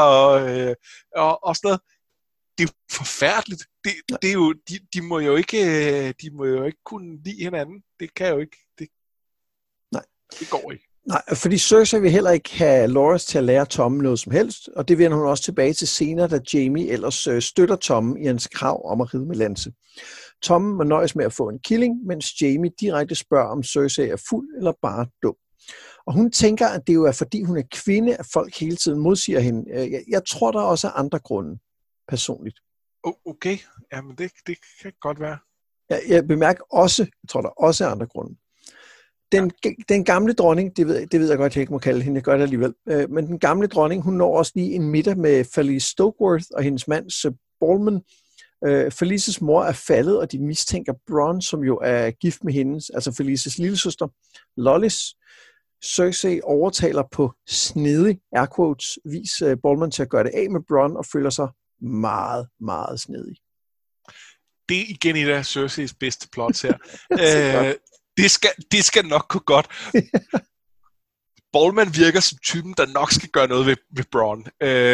og sådan noget. Det er forfærdeligt. Det er jo, de må jo ikke kunne lide hinanden. Det kan jo ikke. Nej. Det går ikke. Nej, fordi Cersei vil heller ikke have Loras til at lære Tom noget som helst, og det vender hun også tilbage til senere, da Jaime ellers støtter Tom i hans krav om at ride med lanse. Tom må nøjes med at få en killing, mens Jaime direkte spørger, om Cersei er fuld eller bare dum. Og hun tænker, at det jo er fordi hun er kvinde, at folk hele tiden modsiger hende. Jeg tror, der også er andre grunde. Personligt. Okay, jamen det kan godt være. Jeg bemærker også, jeg tror der også er andre grunde. Den gamle dronning, det ved jeg godt, jeg ikke må kalde hende, jeg gør det alligevel, men den gamle dronning, hun når også lige en middag med Felice Stokeworth og hendes mand Sir Bolman. Felices mor er faldet, og de mistænker Bronn, som jo er gift med hendes, altså Felices lillesøster, Lollis. Cersei overtaler på snedig, air quotes, vis Bollman til at gøre det af med Bronn, og føler sig meget, meget snedig. Det er igen et af Cerseis bedste plots her. Det skal nok gå godt. Bollman virker som typen, der nok skal gøre noget ved Bronn.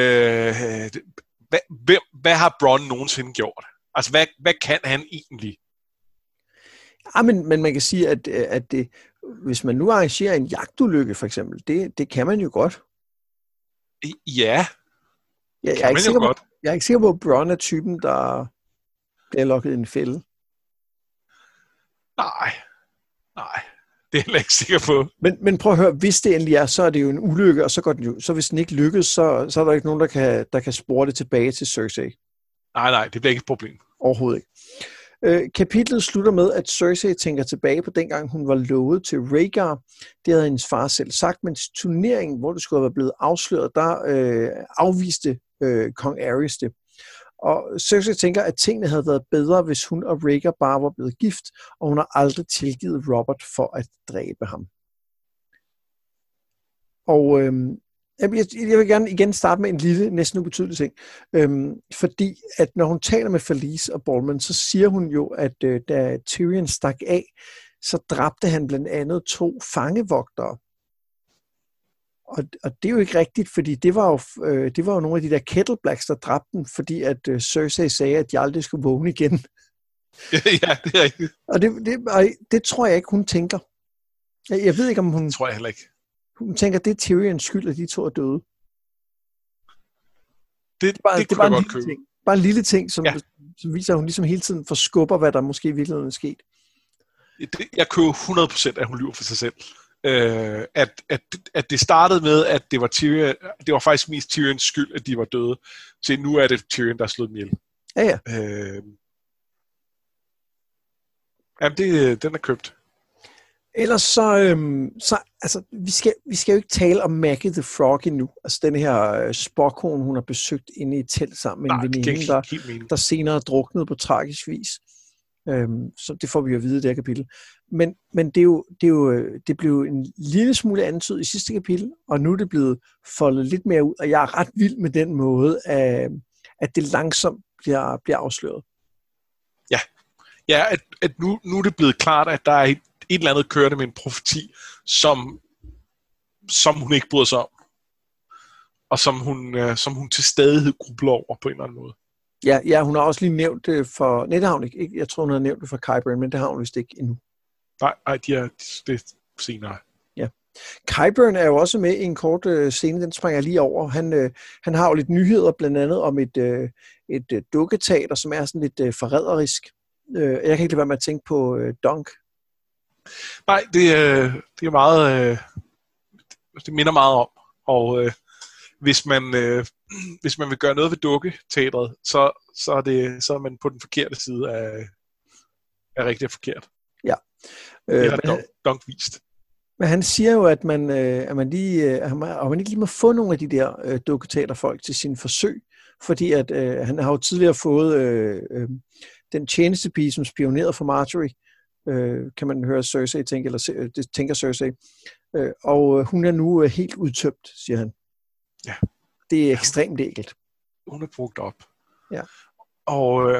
Hvad har Bronn nogensinde gjort? Altså, hvad kan han egentlig? Ja, men man kan sige, at det, hvis man nu arrangerer en jagtulykke, for eksempel, det kan man jo godt. Ja, jeg er ikke sikker på, at Bronn er typen, der bliver lukket i en fælde. Nej. Det er jeg ikke sikker på. Men prøv at høre, hvis det endelig er, så er det jo en ulykke, og så går den jo, så hvis den ikke lykkes, så er der ikke nogen, der kan spore det tilbage til Cersei. Nej, det bliver ikke et problem. Overhovedet ikke. Kapitlet slutter med, at Cersei tænker tilbage på dengang, hun var lovet til Rhaegar. Det havde hendes far selv sagt, men til turneringen, hvor det skulle have blevet afsløret, der afviste kong Aerys det. Og Cersei tænker, at tingene havde været bedre, hvis hun og Rhaegar bare var blevet gift, og hun har aldrig tilgivet Robert for at dræbe ham. Og jeg vil gerne igen starte med en lille, næsten ubetydelig ting. Fordi at når hun taler med Khaleesi og Bollman, så siger hun jo, at da Tyrion stak af, så dræbte han blandt andet 2 fangevogtere. Og det er jo ikke rigtigt, fordi det var jo nogle af de der Kettleblacks, der dræbte den, fordi at Cersei sagde, at de aldrig skulle vågne igen. Ja, det er rigtigt. Og det tror jeg ikke, hun tænker. Jeg ved ikke, om hun... Det tror jeg heller ikke. Hun tænker, det er Tyrions skyld, at de 2 er døde. Det kunne jeg godt købe. Bare en lille ting, som viser, at hun ligesom hele tiden forskubber, hvad der måske i virkeligheden er sket. Jeg køber 100%, at hun lyver for sig selv. At det startede med, at det var Tyrion, det var faktisk mest Tyrions skyld, at de var døde. Så nu er det Tyrion, der har slået dem ihjel. Ja. Jamen, den er købt. Ellers så altså, vi skal jo ikke tale om Maggie the Frog endnu. Altså den her spåkone, hun har besøgt inde i et telt sammen med en veninde, der senere druknede på tragisk vis. Så det får vi jo at vide i det her kapitel. Men det blev en lille smule antydet i sidste kapitel, og nu er det blevet foldet lidt mere ud, og jeg er ret vild med den måde, at det langsomt bliver afsløret. Ja, at nu er det blevet klart, at der er et eller andet kørende med en profeti, som hun ikke bryder sig om, og som hun til stadighed grubler over på en eller anden måde. Ja, hun har også lige nævnt det for... Nej, det har hun ikke. Jeg tror, hun har nævnt det for Qyburn, men det har hun vist ikke endnu. Nej, det er senere. Ja. Qyburn er jo også med i en kort scene, den springer lige over. Han har jo lidt nyheder, blandt andet om et dukketeater, som er sådan lidt forræderisk. Jeg kan ikke lade være med at tænke på Dunk. Nej, det er meget... det minder meget om, og... Hvis man vil gøre noget ved dukketeatret, så er man på den forkerte side af rigtig forkert. Ja. Eller dunkvist. Men han siger jo, at man ikke lige må få nogle af de der dukketeaterfolk til sin forsøg, fordi at han har jo tidligere fået den tjenestepige, som spionerede for Marjorie, kan man høre Cersei tænke, eller det tænker Cersei, og hun er nu helt udtømt, siger han. Ja. Det er ekstremt enkelt. Hun er brugt op. Ja. Og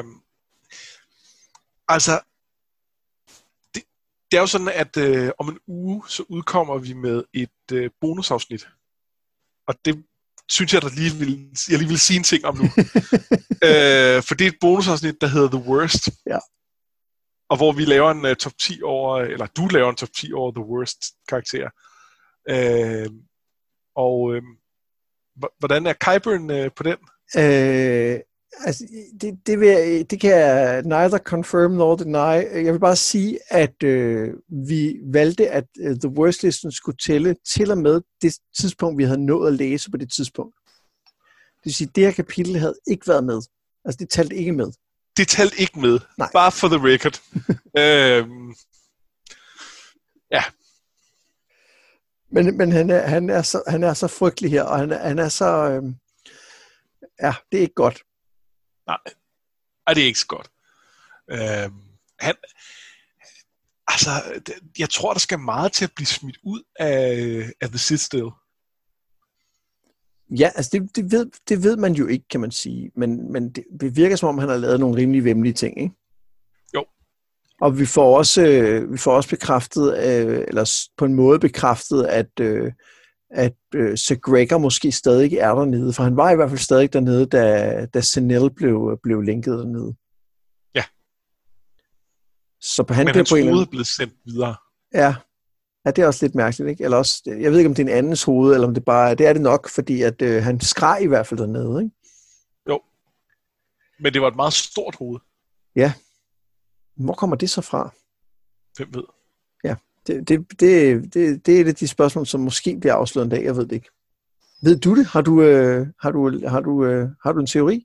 altså, det er jo sådan, at om en uge, så udkommer vi med et bonusafsnit. Og det synes jeg, jeg lige vil sige en ting om nu. For det er et bonusafsnit, der hedder The Worst. Ja. Og hvor vi laver en top 10 over, eller du laver en top 10 over The Worst karakterer. Hvordan er Qyburn på den? Altså, det kan jeg neither confirm nor deny. Jeg vil bare sige, at vi valgte, at The Worst-listen skulle tælle til og med det tidspunkt, vi havde nået at læse på det tidspunkt. Det vil sige, at det her kapitel havde ikke været med. Altså, det talte ikke med. Det talte ikke med. Nej. Bare for the record. Ja. Men han er så frygtelig her, og han er så... ja, det er ikke godt. Nej, det er ikke så godt. Altså, jeg tror, der skal meget til at blive smidt ud af The Citadel. Ja, altså det ved man jo ikke, kan man sige. Men det virker som om, han har lavet nogle rimelig væmmelige ting, ikke? Jo. Og vi får også bekræftet, eller på en måde bekræftet, at Sir Gregor måske stadig er dernede, for han var i hvert fald stadig dernede, da Senel blev linket dernede. Ja. Så han men hans hoved er blevet sendt videre. Ja, det er også lidt mærkeligt, ikke? Eller også, jeg ved ikke, om det er en andens hoved, eller om det bare det er det nok, fordi at han skreg i hvert fald dernede, ikke? Jo. Men det var et meget stort hoved. Ja. Hvor kommer det så fra? Hvem ved? Ja, det er et af de spørgsmål, som måske bliver afsløret en dag, jeg ved det ikke. Ved du det? Har du en teori?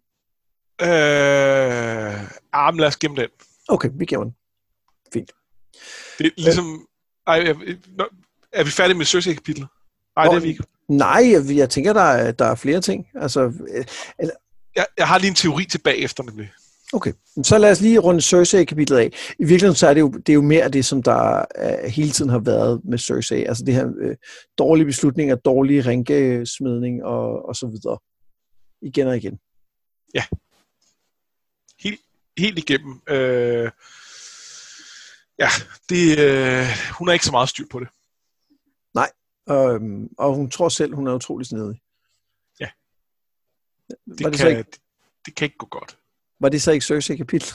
Men lad os gemme den. Okay, vi gemmer den. Fint. Det er ligesom... er vi færdige med Cersei-kapitlet? Nej, det er vi ikke. Nej, jeg tænker, der er flere ting. Altså, jeg har lige en teori tilbage efter nemlig. Okay, så lad os lige runde Cersei-kapitlet af. I virkeligheden så er det er jo mere det, som der hele tiden har været med Cersei. Altså det her dårlige beslutninger, dårlige rænkesmidning og så videre. Igen og igen. Ja. Helt igennem. Hun har ikke så meget styr på det. Nej, og hun tror selv, hun er utrolig snedig. Ja. Det kan ikke gå godt. Var det så ikke Cersei-kapitel?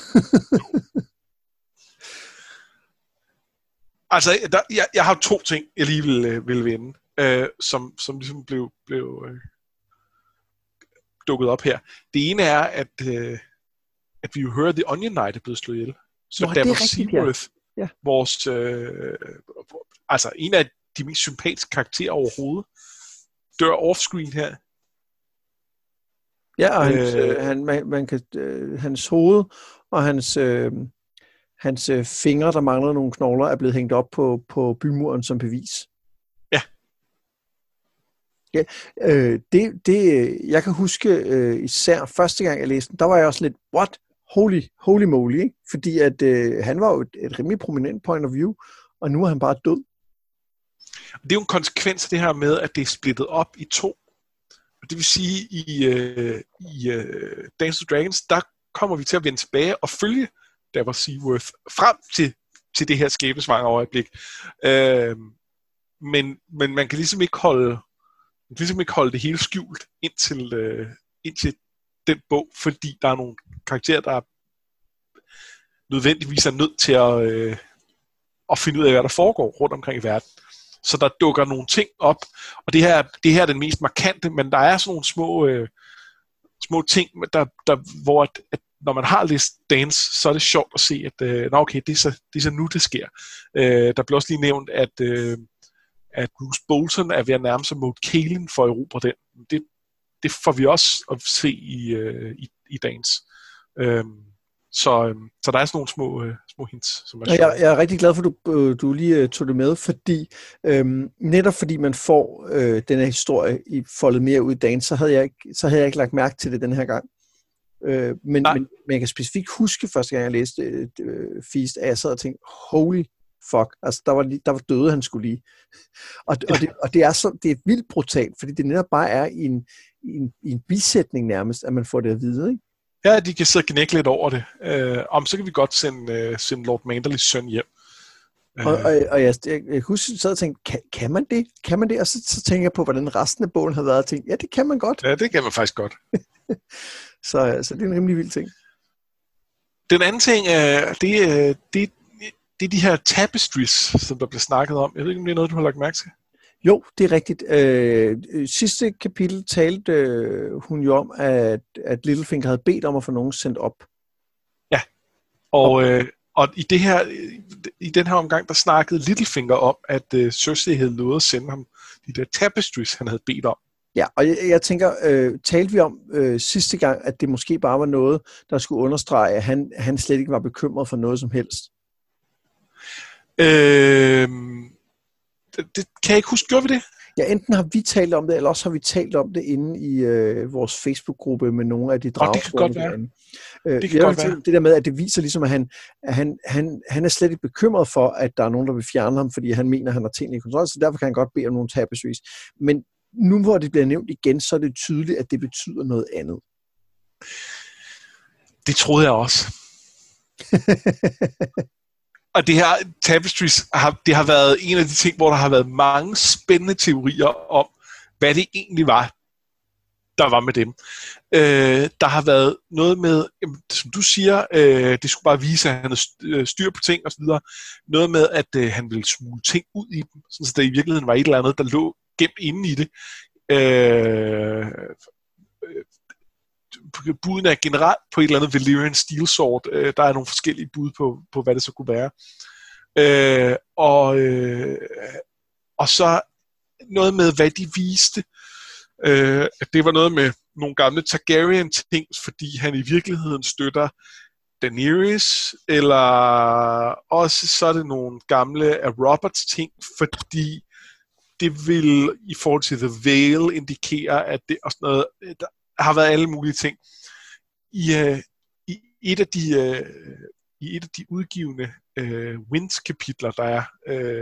Altså, jeg har 2 ting, jeg lige vil vende, som ligesom blev dukket op her. Det ene er, at vi jo hører, at The Onion Knight er blevet slået ihjel. Så Davos Seaworth, ja. Vores, altså en af de mest sympatiske karakterer overhovedet, dør offscreen her. Ja, og hans hoved og hans fingre, der mangler nogle knogler, er blevet hængt op på bymuren som bevis. Ja. Ja, jeg kan huske især første gang jeg læste den, der var jeg også lidt, what? Holy moly, ikke? Fordi at han var jo et rimelig prominent point of view, og nu er han bare død. Det er jo en konsekvens af det her med, at det er splittet op i 2. Det vil sige, i Dance of Dragons, der kommer vi til at vende tilbage og følge Davos Seaworth frem til det her skæbnesvangre øjeblik. Men man kan ligesom ikke holde det hele skjult indtil den bog, fordi der er nogle karakterer, der nødvendigvis er nødt til at finde ud af, hvad der foregår rundt omkring i verden. Så der dukker nogle ting op, og det her er den mest markante, men der er sådan nogle små ting, hvor at når man har læst Dance, så er det sjovt at se, at okay, det er så nu, det sker. Der bliver også lige nævnt, at Bruce Bolton er ved at nærme sig Moat Cailin for at erobre den. Det får vi også at se i Dance. Så der er sådan nogle små hints, som er sjovt. Jeg er rigtig glad for, at du lige tog det med, fordi netop fordi man får den her historie foldet mere ud i dagen, så havde jeg ikke lagt mærke til det den her gang. Men jeg kan specifikt huske første gang, jeg læste Feast, at jeg sad og tænkte, holy fuck, altså der var døde han skulle lige. Og det er vildt brutalt, fordi det netop bare er i en bisætning nærmest, at man får det at vide, ikke? Ja, de kan sidde og knække lidt over det. Så kan vi godt sende Lord Manderlys søn hjem. Og jeg husker, så jeg tænkte, kan man det? Kan man det? Og så tænker jeg på, hvordan resten af bogen har været, og tænkte, ja, det kan man godt. Ja, det kan man faktisk godt. så det er en rimelig vild ting. Den anden ting, det er de her tapestries, som der bliver snakket om. Jeg ved ikke, om det er noget, du har lagt mærke til? Jo, det er rigtigt. Sidste kapitel talte hun jo om, at Littlefinger havde bedt om at få nogen sendt op. Ja, og i den her omgang, der snakkede Littlefinger om, at Cersei havde lovet at sende ham de der tapestries, han havde bedt om. Ja, og jeg tænker, talte vi om sidste gang, at det måske bare var noget, der skulle understrege, at han slet ikke var bekymret for noget som helst? Det kan jeg ikke huske. Gjorde vi det? Ja, enten har vi talt om det, eller også har vi talt om det inde i vores Facebook-gruppe med nogle af de drager. Det kan godt være. Det kan godt være. Det der med, at det viser ligesom, at han er slet ikke bekymret for, at der er nogen, der vil fjerne ham, fordi han mener, at han har tingene i kontrol, så derfor kan han godt bede om nogle tapestries. Men nu hvor det bliver nævnt igen, så er det tydeligt, at det betyder noget andet. Det troede jeg også. Og det her tapestries, det har været en af de ting, hvor der har været mange spændende teorier om, hvad det egentlig var, der var med dem. Der har været noget med, som du siger, det skulle bare vise, at han havde styr på ting og så videre. Noget med, at han ville smule ting ud i dem, så der i virkeligheden var et eller andet, der lå gemt inde i det. Buden er generelt på et eller andet Valyrian Steel Sword. Der er nogle forskellige bud på hvad det så kunne være. Og så noget med, hvad de viste. At det var noget med nogle gamle Targaryen-ting, fordi han i virkeligheden støtter Daenerys, eller også så er det nogle gamle af Roberts ting, fordi det vil i forhold til The Vale indikere, at det og sådan noget, der har været alle mulige ting. I et af de udgivende Winds-kapitler, der er,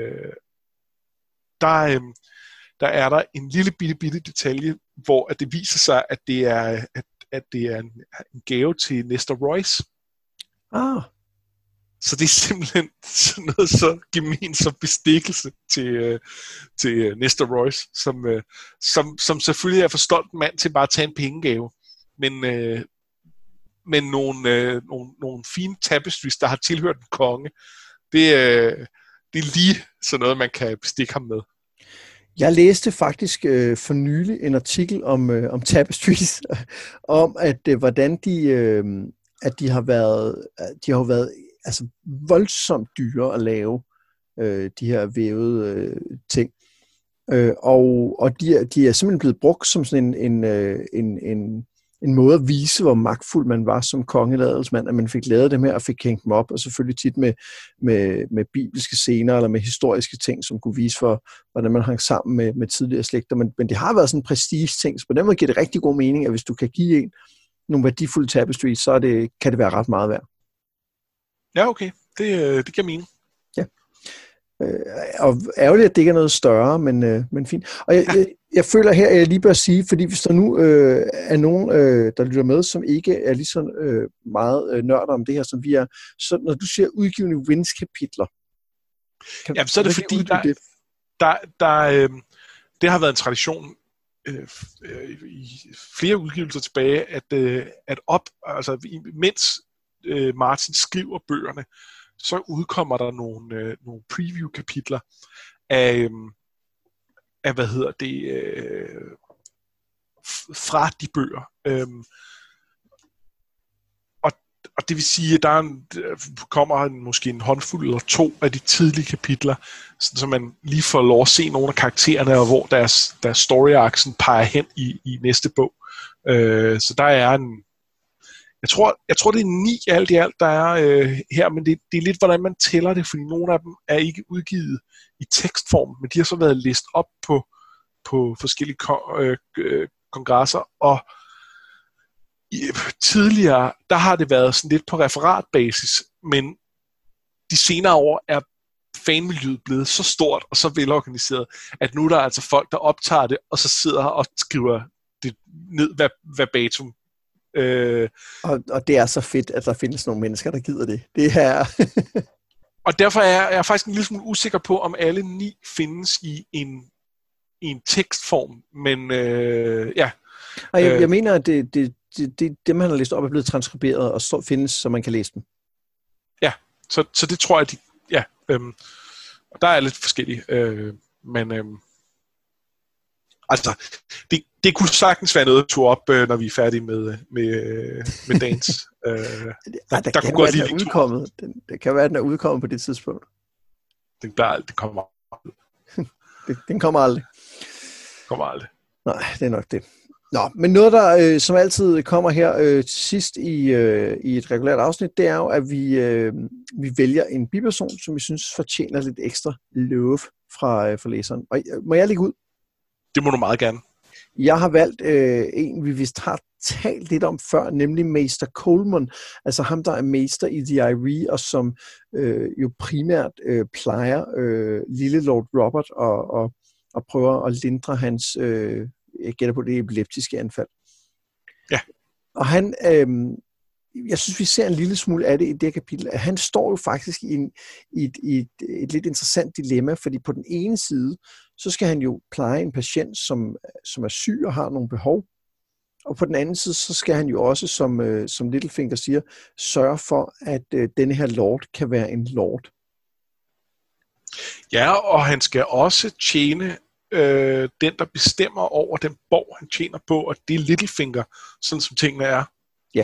der er der en lille bitte detalje, hvor at det viser sig, at det er en gave til Nestor Royce. Ah. Så det er simpelthen sådan noget så gemen som bestikkelse til Nestor Royce, som selvfølgelig er for stolt mand til bare at tage en pengegave. Men nogle fine tapestries, der har tilhørt en konge, det er lige sådan noget, man kan bestikke ham med. Jeg læste faktisk for nylig en artikel om tapestries, om at hvordan de har været altså voldsomt dyre at lave de her vævede ting. Og de er simpelthen blevet brugt som sådan en måde at vise, hvor magtfuld man var som kongeladelsmand, at man fik lavet dem her og fik hængt dem op, og selvfølgelig tit med bibelske scener eller med historiske ting, som kunne vise for, hvordan man hang sammen med tidligere slægter. Men det har været sådan en prestige-ting, så på den måde giver det rigtig god mening, at hvis du kan give en nogle værdifulde tapestries, så kan det være ret meget værd. Ja, okay. Det giver mening. Ja. Og ærgerligt, at det ikke er noget større, men fint. Og jeg føler her, at jeg lige bør sige, fordi hvis der nu er nogen, der lytter med, som ikke er lige så meget nørder om det her, som vi er, så når du siger udgivende Winds-kapitler, jamen, så er det fordi, det har været en tradition i flere udgivelser tilbage, altså mens Martin skriver bøgerne, så udkommer der nogle preview-kapitler af fra de bøger. Og det vil sige, at der kommer måske en håndfuld eller to af de tidlige kapitler, så man lige får lov at se nogle af karaktererne, og hvor deres story-aksen peger hen i næste bog. Så der er jeg tror det er 9 alt i alt, der er her, men det er lidt, hvordan man tæller det, fordi nogle af dem er ikke udgivet i tekstform, men de har så været læst op på forskellige kongresser, og tidligere, der har det været sådan lidt på referatbasis, men de senere år er fanmiljøet blevet så stort og så velorganiseret, at nu er der altså folk, der optager det, og så sidder og skriver det ned verbatim. Og det er så fedt, at der findes nogle mennesker, der gider det. Det her. Og derfor er jeg faktisk en lille smule usikker på, om alle 9 findes i en tekstform, men ja. Og jeg mener, at det man har læst op, er blevet transkriberet og findes, så man kan læse dem. Ja, så det tror jeg, og der er lidt forskellige, men altså, det kunne sagtens være noget at tage op, når vi er færdige med dagens. Der kunne godt lide udkommet. Det kan være, at den er udkommet på det tidspunkt. Det kommer aldrig. Den kommer aldrig. Kommer aldrig. Nej, det er nok det. Nå, men noget, der som altid kommer her til sidst i et regulært afsnit, det er jo, at vi vælger en biperson, som vi synes fortjener lidt ekstra love fra læseren. Og må jeg lægge ud? Det må du meget gerne. Jeg har valgt en, vi vist har talt lidt om før, nemlig Meister Coleman. Altså ham, der er mester i The Eyrie, og som jo primært plejer lille Lord Robert og prøver at lindre hans, jeg gætter på det, epileptiske anfald. Ja. Og han, jeg synes, vi ser en lille smule af det i det kapitel. Han står jo faktisk i et lidt interessant dilemma, fordi på den ene side, så skal han jo pleje en patient, som er syg og har nogle behov. Og på den anden side, så skal han jo også, som Littlefinger siger, sørge for, at denne her lord kan være en lord. Ja, og han skal også tjene den, der bestemmer over den borg, han tjener på, og det er Littlefinger, sådan som tingene er. Ja.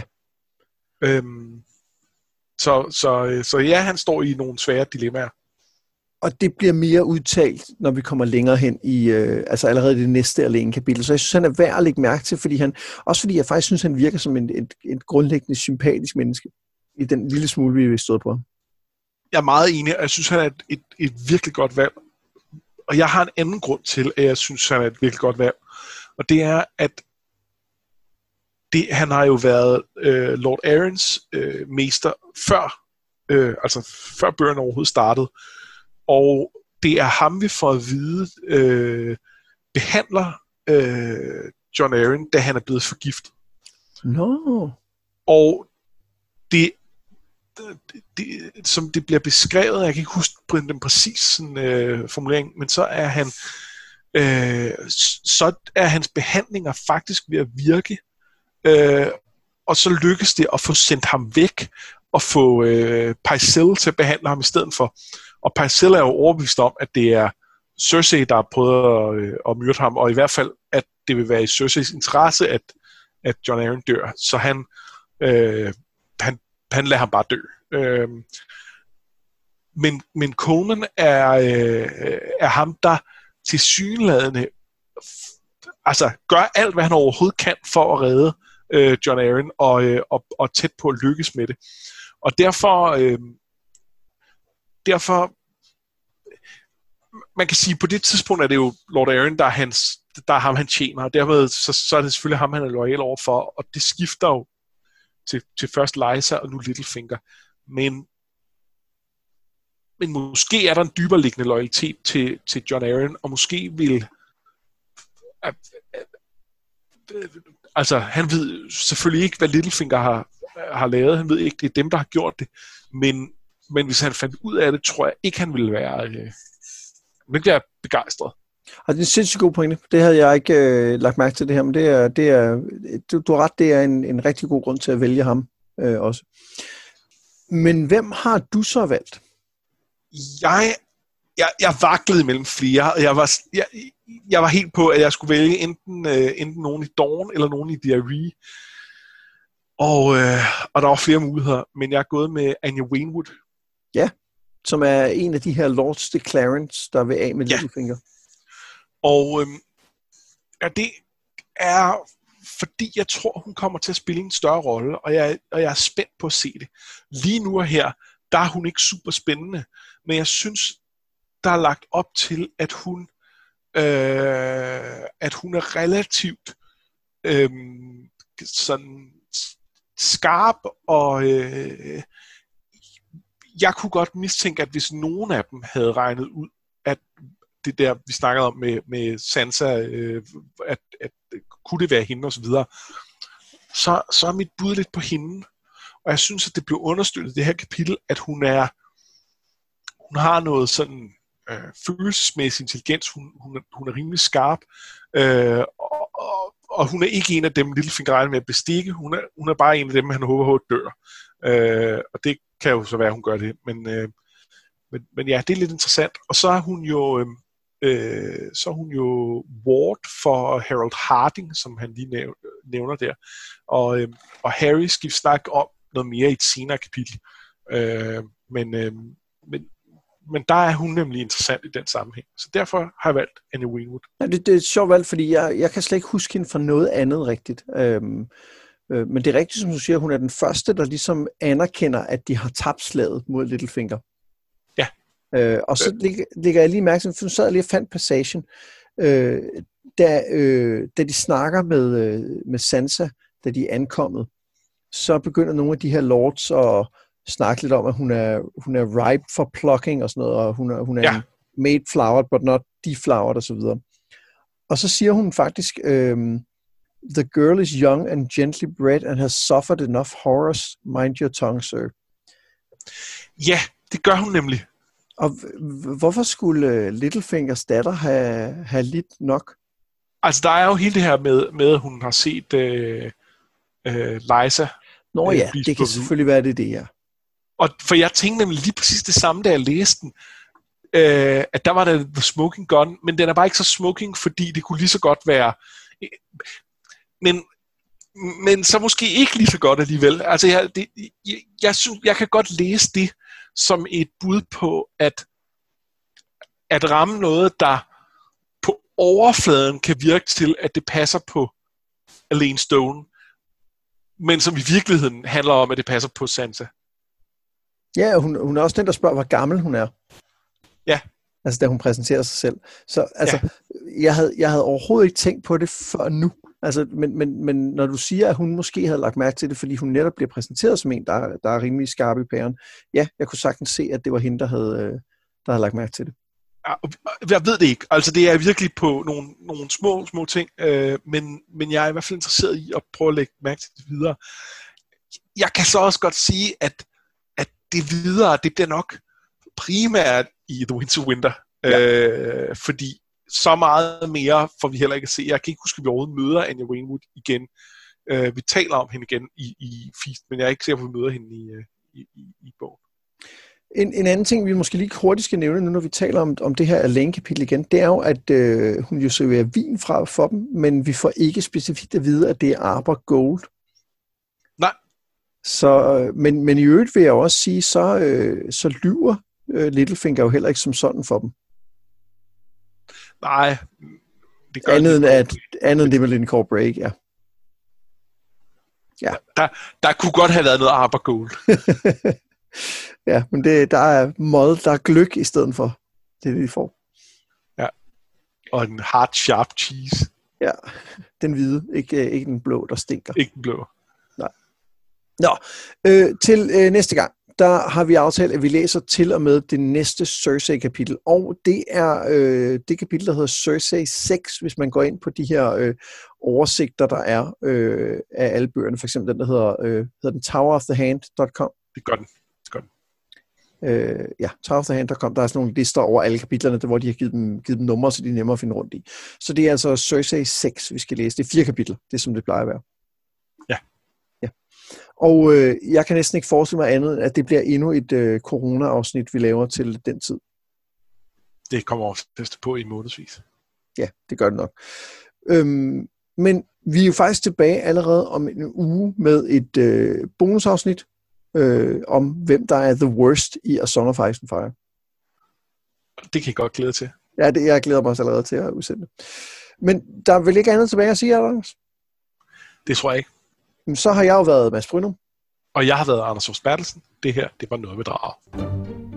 Så ja, han står i nogle svære dilemmaer. Og det bliver mere udtalt, når vi kommer længere hen i, altså allerede det næste alene kapitel. Så jeg synes, han er værd at lægge mærke til, fordi jeg faktisk synes, han virker som et grundlæggende sympatisk menneske, i den lille smule, vi stod på. Jeg er meget enig, og jeg synes, han er et virkelig godt valg. Og jeg har en anden grund til, at jeg synes, han er et virkelig godt valg. Og det er, at han har jo været Lord Arryns mester før bøgerne overhovedet startede. Og det er ham, vi får at vide, behandler Jon Arryn, da han er blevet forgiftet. No. Og det, som det bliver beskrevet, jeg kan ikke huske den præcis formulering, men så er hans behandlinger faktisk ved at virke, og så lykkes det at få sendt ham væk og få Pycelle til at behandle ham i stedet for. Og Pycelle er jo overbevist om, at det er Cersei, der har prøvet at myrde ham, og i hvert fald, at det vil være i Cerseis interesse, at Jon Arryn dør. Så han lader ham bare dø. Men Coleman er ham, der tilsyneladende gør alt, hvad han overhovedet kan for at redde Jon Arryn, og tæt på at lykkes med det. Og derfor man kan sige, på det tidspunkt er det jo Lord Arryn, der er ham, han tjener, og dermed så er det selvfølgelig ham, han er loyal overfor, og det skifter jo til først Lysa og nu Littlefinger. Men måske er der en dybere liggende loyalitet til Jon Arryn, og måske vil han ved selvfølgelig ikke, hvad Littlefinger har lavet. Han ved ikke, det er dem, der har gjort det. Men hvis han fandt ud af det, tror jeg ikke, han ville være begejstret. Og det er en sindssygt god pointe. Det havde jeg ikke lagt mærke til det her, men du har ret, det er en rigtig god grund til at vælge ham også. Men hvem har du så valgt? Jeg vaklede mellem flere. Jeg var helt på, at jeg skulle vælge enten nogen i Dorne eller nogen i The Eyrie. Og der var flere muligheder, men jeg er gået med Anya Waynwood. Ja, som er en af de her Lords Declarants, der vil af med Littlefinger. Og det er, fordi jeg tror, hun kommer til at spille en større rolle, og jeg er spændt på at se det. Lige nu og her, der er hun ikke super spændende, men jeg synes, der er lagt op til, at hun er relativt sådan skarp, og jeg kunne godt mistænke, at hvis nogen af dem havde regnet ud, at det der, vi snakkede om med Sansa, at kunne det være hende og så videre, så er mit bud lidt på hende. Og jeg synes, at det blev understøttet i det her kapitel, at hun har noget sådan følelsesmæssig intelligens. Hun er rimelig skarp, og hun er ikke en af dem, Littlefinger regner med at bestikke. Hun er bare en af dem, han håber dør. Og det kan jo så være, at hun gør det. Men ja, det er lidt interessant. Og så er hun jo ward for Harold Harding, som han lige nævner der. Og Harry skal snakke om noget mere i et senere kapitel. Men der er hun nemlig interessant i den sammenhæng. Så derfor har jeg valgt Anya Waynwood. Ja, det er et sjovt valg, fordi jeg kan slet ikke huske hende fra noget andet rigtigt. Men det er rigtigt, som du siger, hun er den første, der ligesom anerkender, at de har tabt slaget mod Littlefinger. Ja. Og så ligger jeg lige mærke til, for nu sad jeg lige og fandt passagen. da de snakker med Sansa, da de er ankommet, så begynder nogle af de her lords at snakke lidt om, at hun er ripe for plucking og sådan noget, og hun er made flowered, but not deflowered og så videre. Og så siger hun faktisk, the girl is young and gently bred and has suffered enough horrors. Mind your tongue, sir. Ja, det gør hun nemlig. Og hvorfor skulle Littlefingers datter have lidt nok? Altså, der er jo hele det her med at hun har set Lysa. Nå ja, det kan selvfølgelig være det her. Og for jeg tænkte nemlig lige præcis det samme, da jeg læste den, at der var der The Smoking Gun, men den er bare ikke så smoking, fordi det kunne lige så godt være... Men så måske ikke lige så godt alligevel. Altså, jeg synes, jeg kan godt læse det som et bud på, at ramme noget, der på overfladen kan virke til, at det passer på Elaine Stone, men som i virkeligheden handler om, at det passer på Sansa. Ja, hun er også den, der spørger, hvor gammel hun er. Ja. Altså, da hun præsenterer sig selv. Så altså, jeg havde overhovedet ikke tænkt på det før nu. Altså, men når du siger, at hun måske havde lagt mærke til det, fordi hun netop bliver præsenteret som en, der er rimelig skarp i pæren. Ja, jeg kunne sagtens se, at det var hende, der havde lagt mærke til det. Jeg ved det ikke. Altså, det er virkelig på nogle små ting, men jeg er i hvert fald interesseret i at prøve at lægge mærke til det videre. Jeg kan så også godt sige, at det videre, det bliver nok primært i The Winds of Winter. Fordi så meget mere får vi heller ikke at se. Jeg kan ikke huske, at vi overhovedet møder Anya Wainwood igen. Vi taler om hende igen i Feast, men jeg er ikke sikker på, at vi møder hende i bogen. En anden ting, vi måske lige hurtigt skal nævne, nu når vi taler om det her Elaine-kapitel igen, det er jo, at hun jo serverer vin for dem, men vi får ikke specifikt at vide, at det er Arbor Gold. Nej. Så, men i øvrigt vil jeg også sige, så lyver Littlefinger jo heller ikke som sådan for dem. Nej. Det gør andet end det med Lincoln Break, ja. Ja. Der kunne godt have været noget Arbor Gold. Ja, men der er mad, der er gløgg i stedet for det, vi får. Ja, og en hard, sharp cheese. Ja, den hvide, ikke den blå, der stinker. Ikke den blå. Nej. Nå, til næste gang, der har vi aftalt, at vi læser til og med det næste Cersei-kapitel, og det er det kapitel, der hedder Cersei 6, hvis man går ind på de her oversigter, der er af alle bøgerne, for eksempel den, der hedder den towerofthehand.com. Det gør den. towerofthehand.com, der er sådan nogle lister over alle kapitlerne, hvor de har givet dem numre, så de er nemmere at finde rundt i. Så det er altså Cersei 6, vi skal læse. Det er 4 kapitler, det er som det plejer at være. Ja. Og jeg kan næsten ikke forestille mig andet, at det bliver endnu et corona-afsnit, vi laver til den tid. Det kommer også teste på i månedsvis. Ja, det gør det nok. Men vi er jo faktisk tilbage allerede om en uge med et bonusafsnit, om hvem der er the worst i A Song of Ice and Fire. Det kan jeg godt glæde til. Ja, jeg glæder mig også allerede til at udsende. Men der er vel ikke andet tilbage at sige, Anders? Det tror jeg ikke. Så har jeg jo været Mads Brynum. Og jeg har været Anders Hofs Bertelsen. Det her, det var Noget med Drager.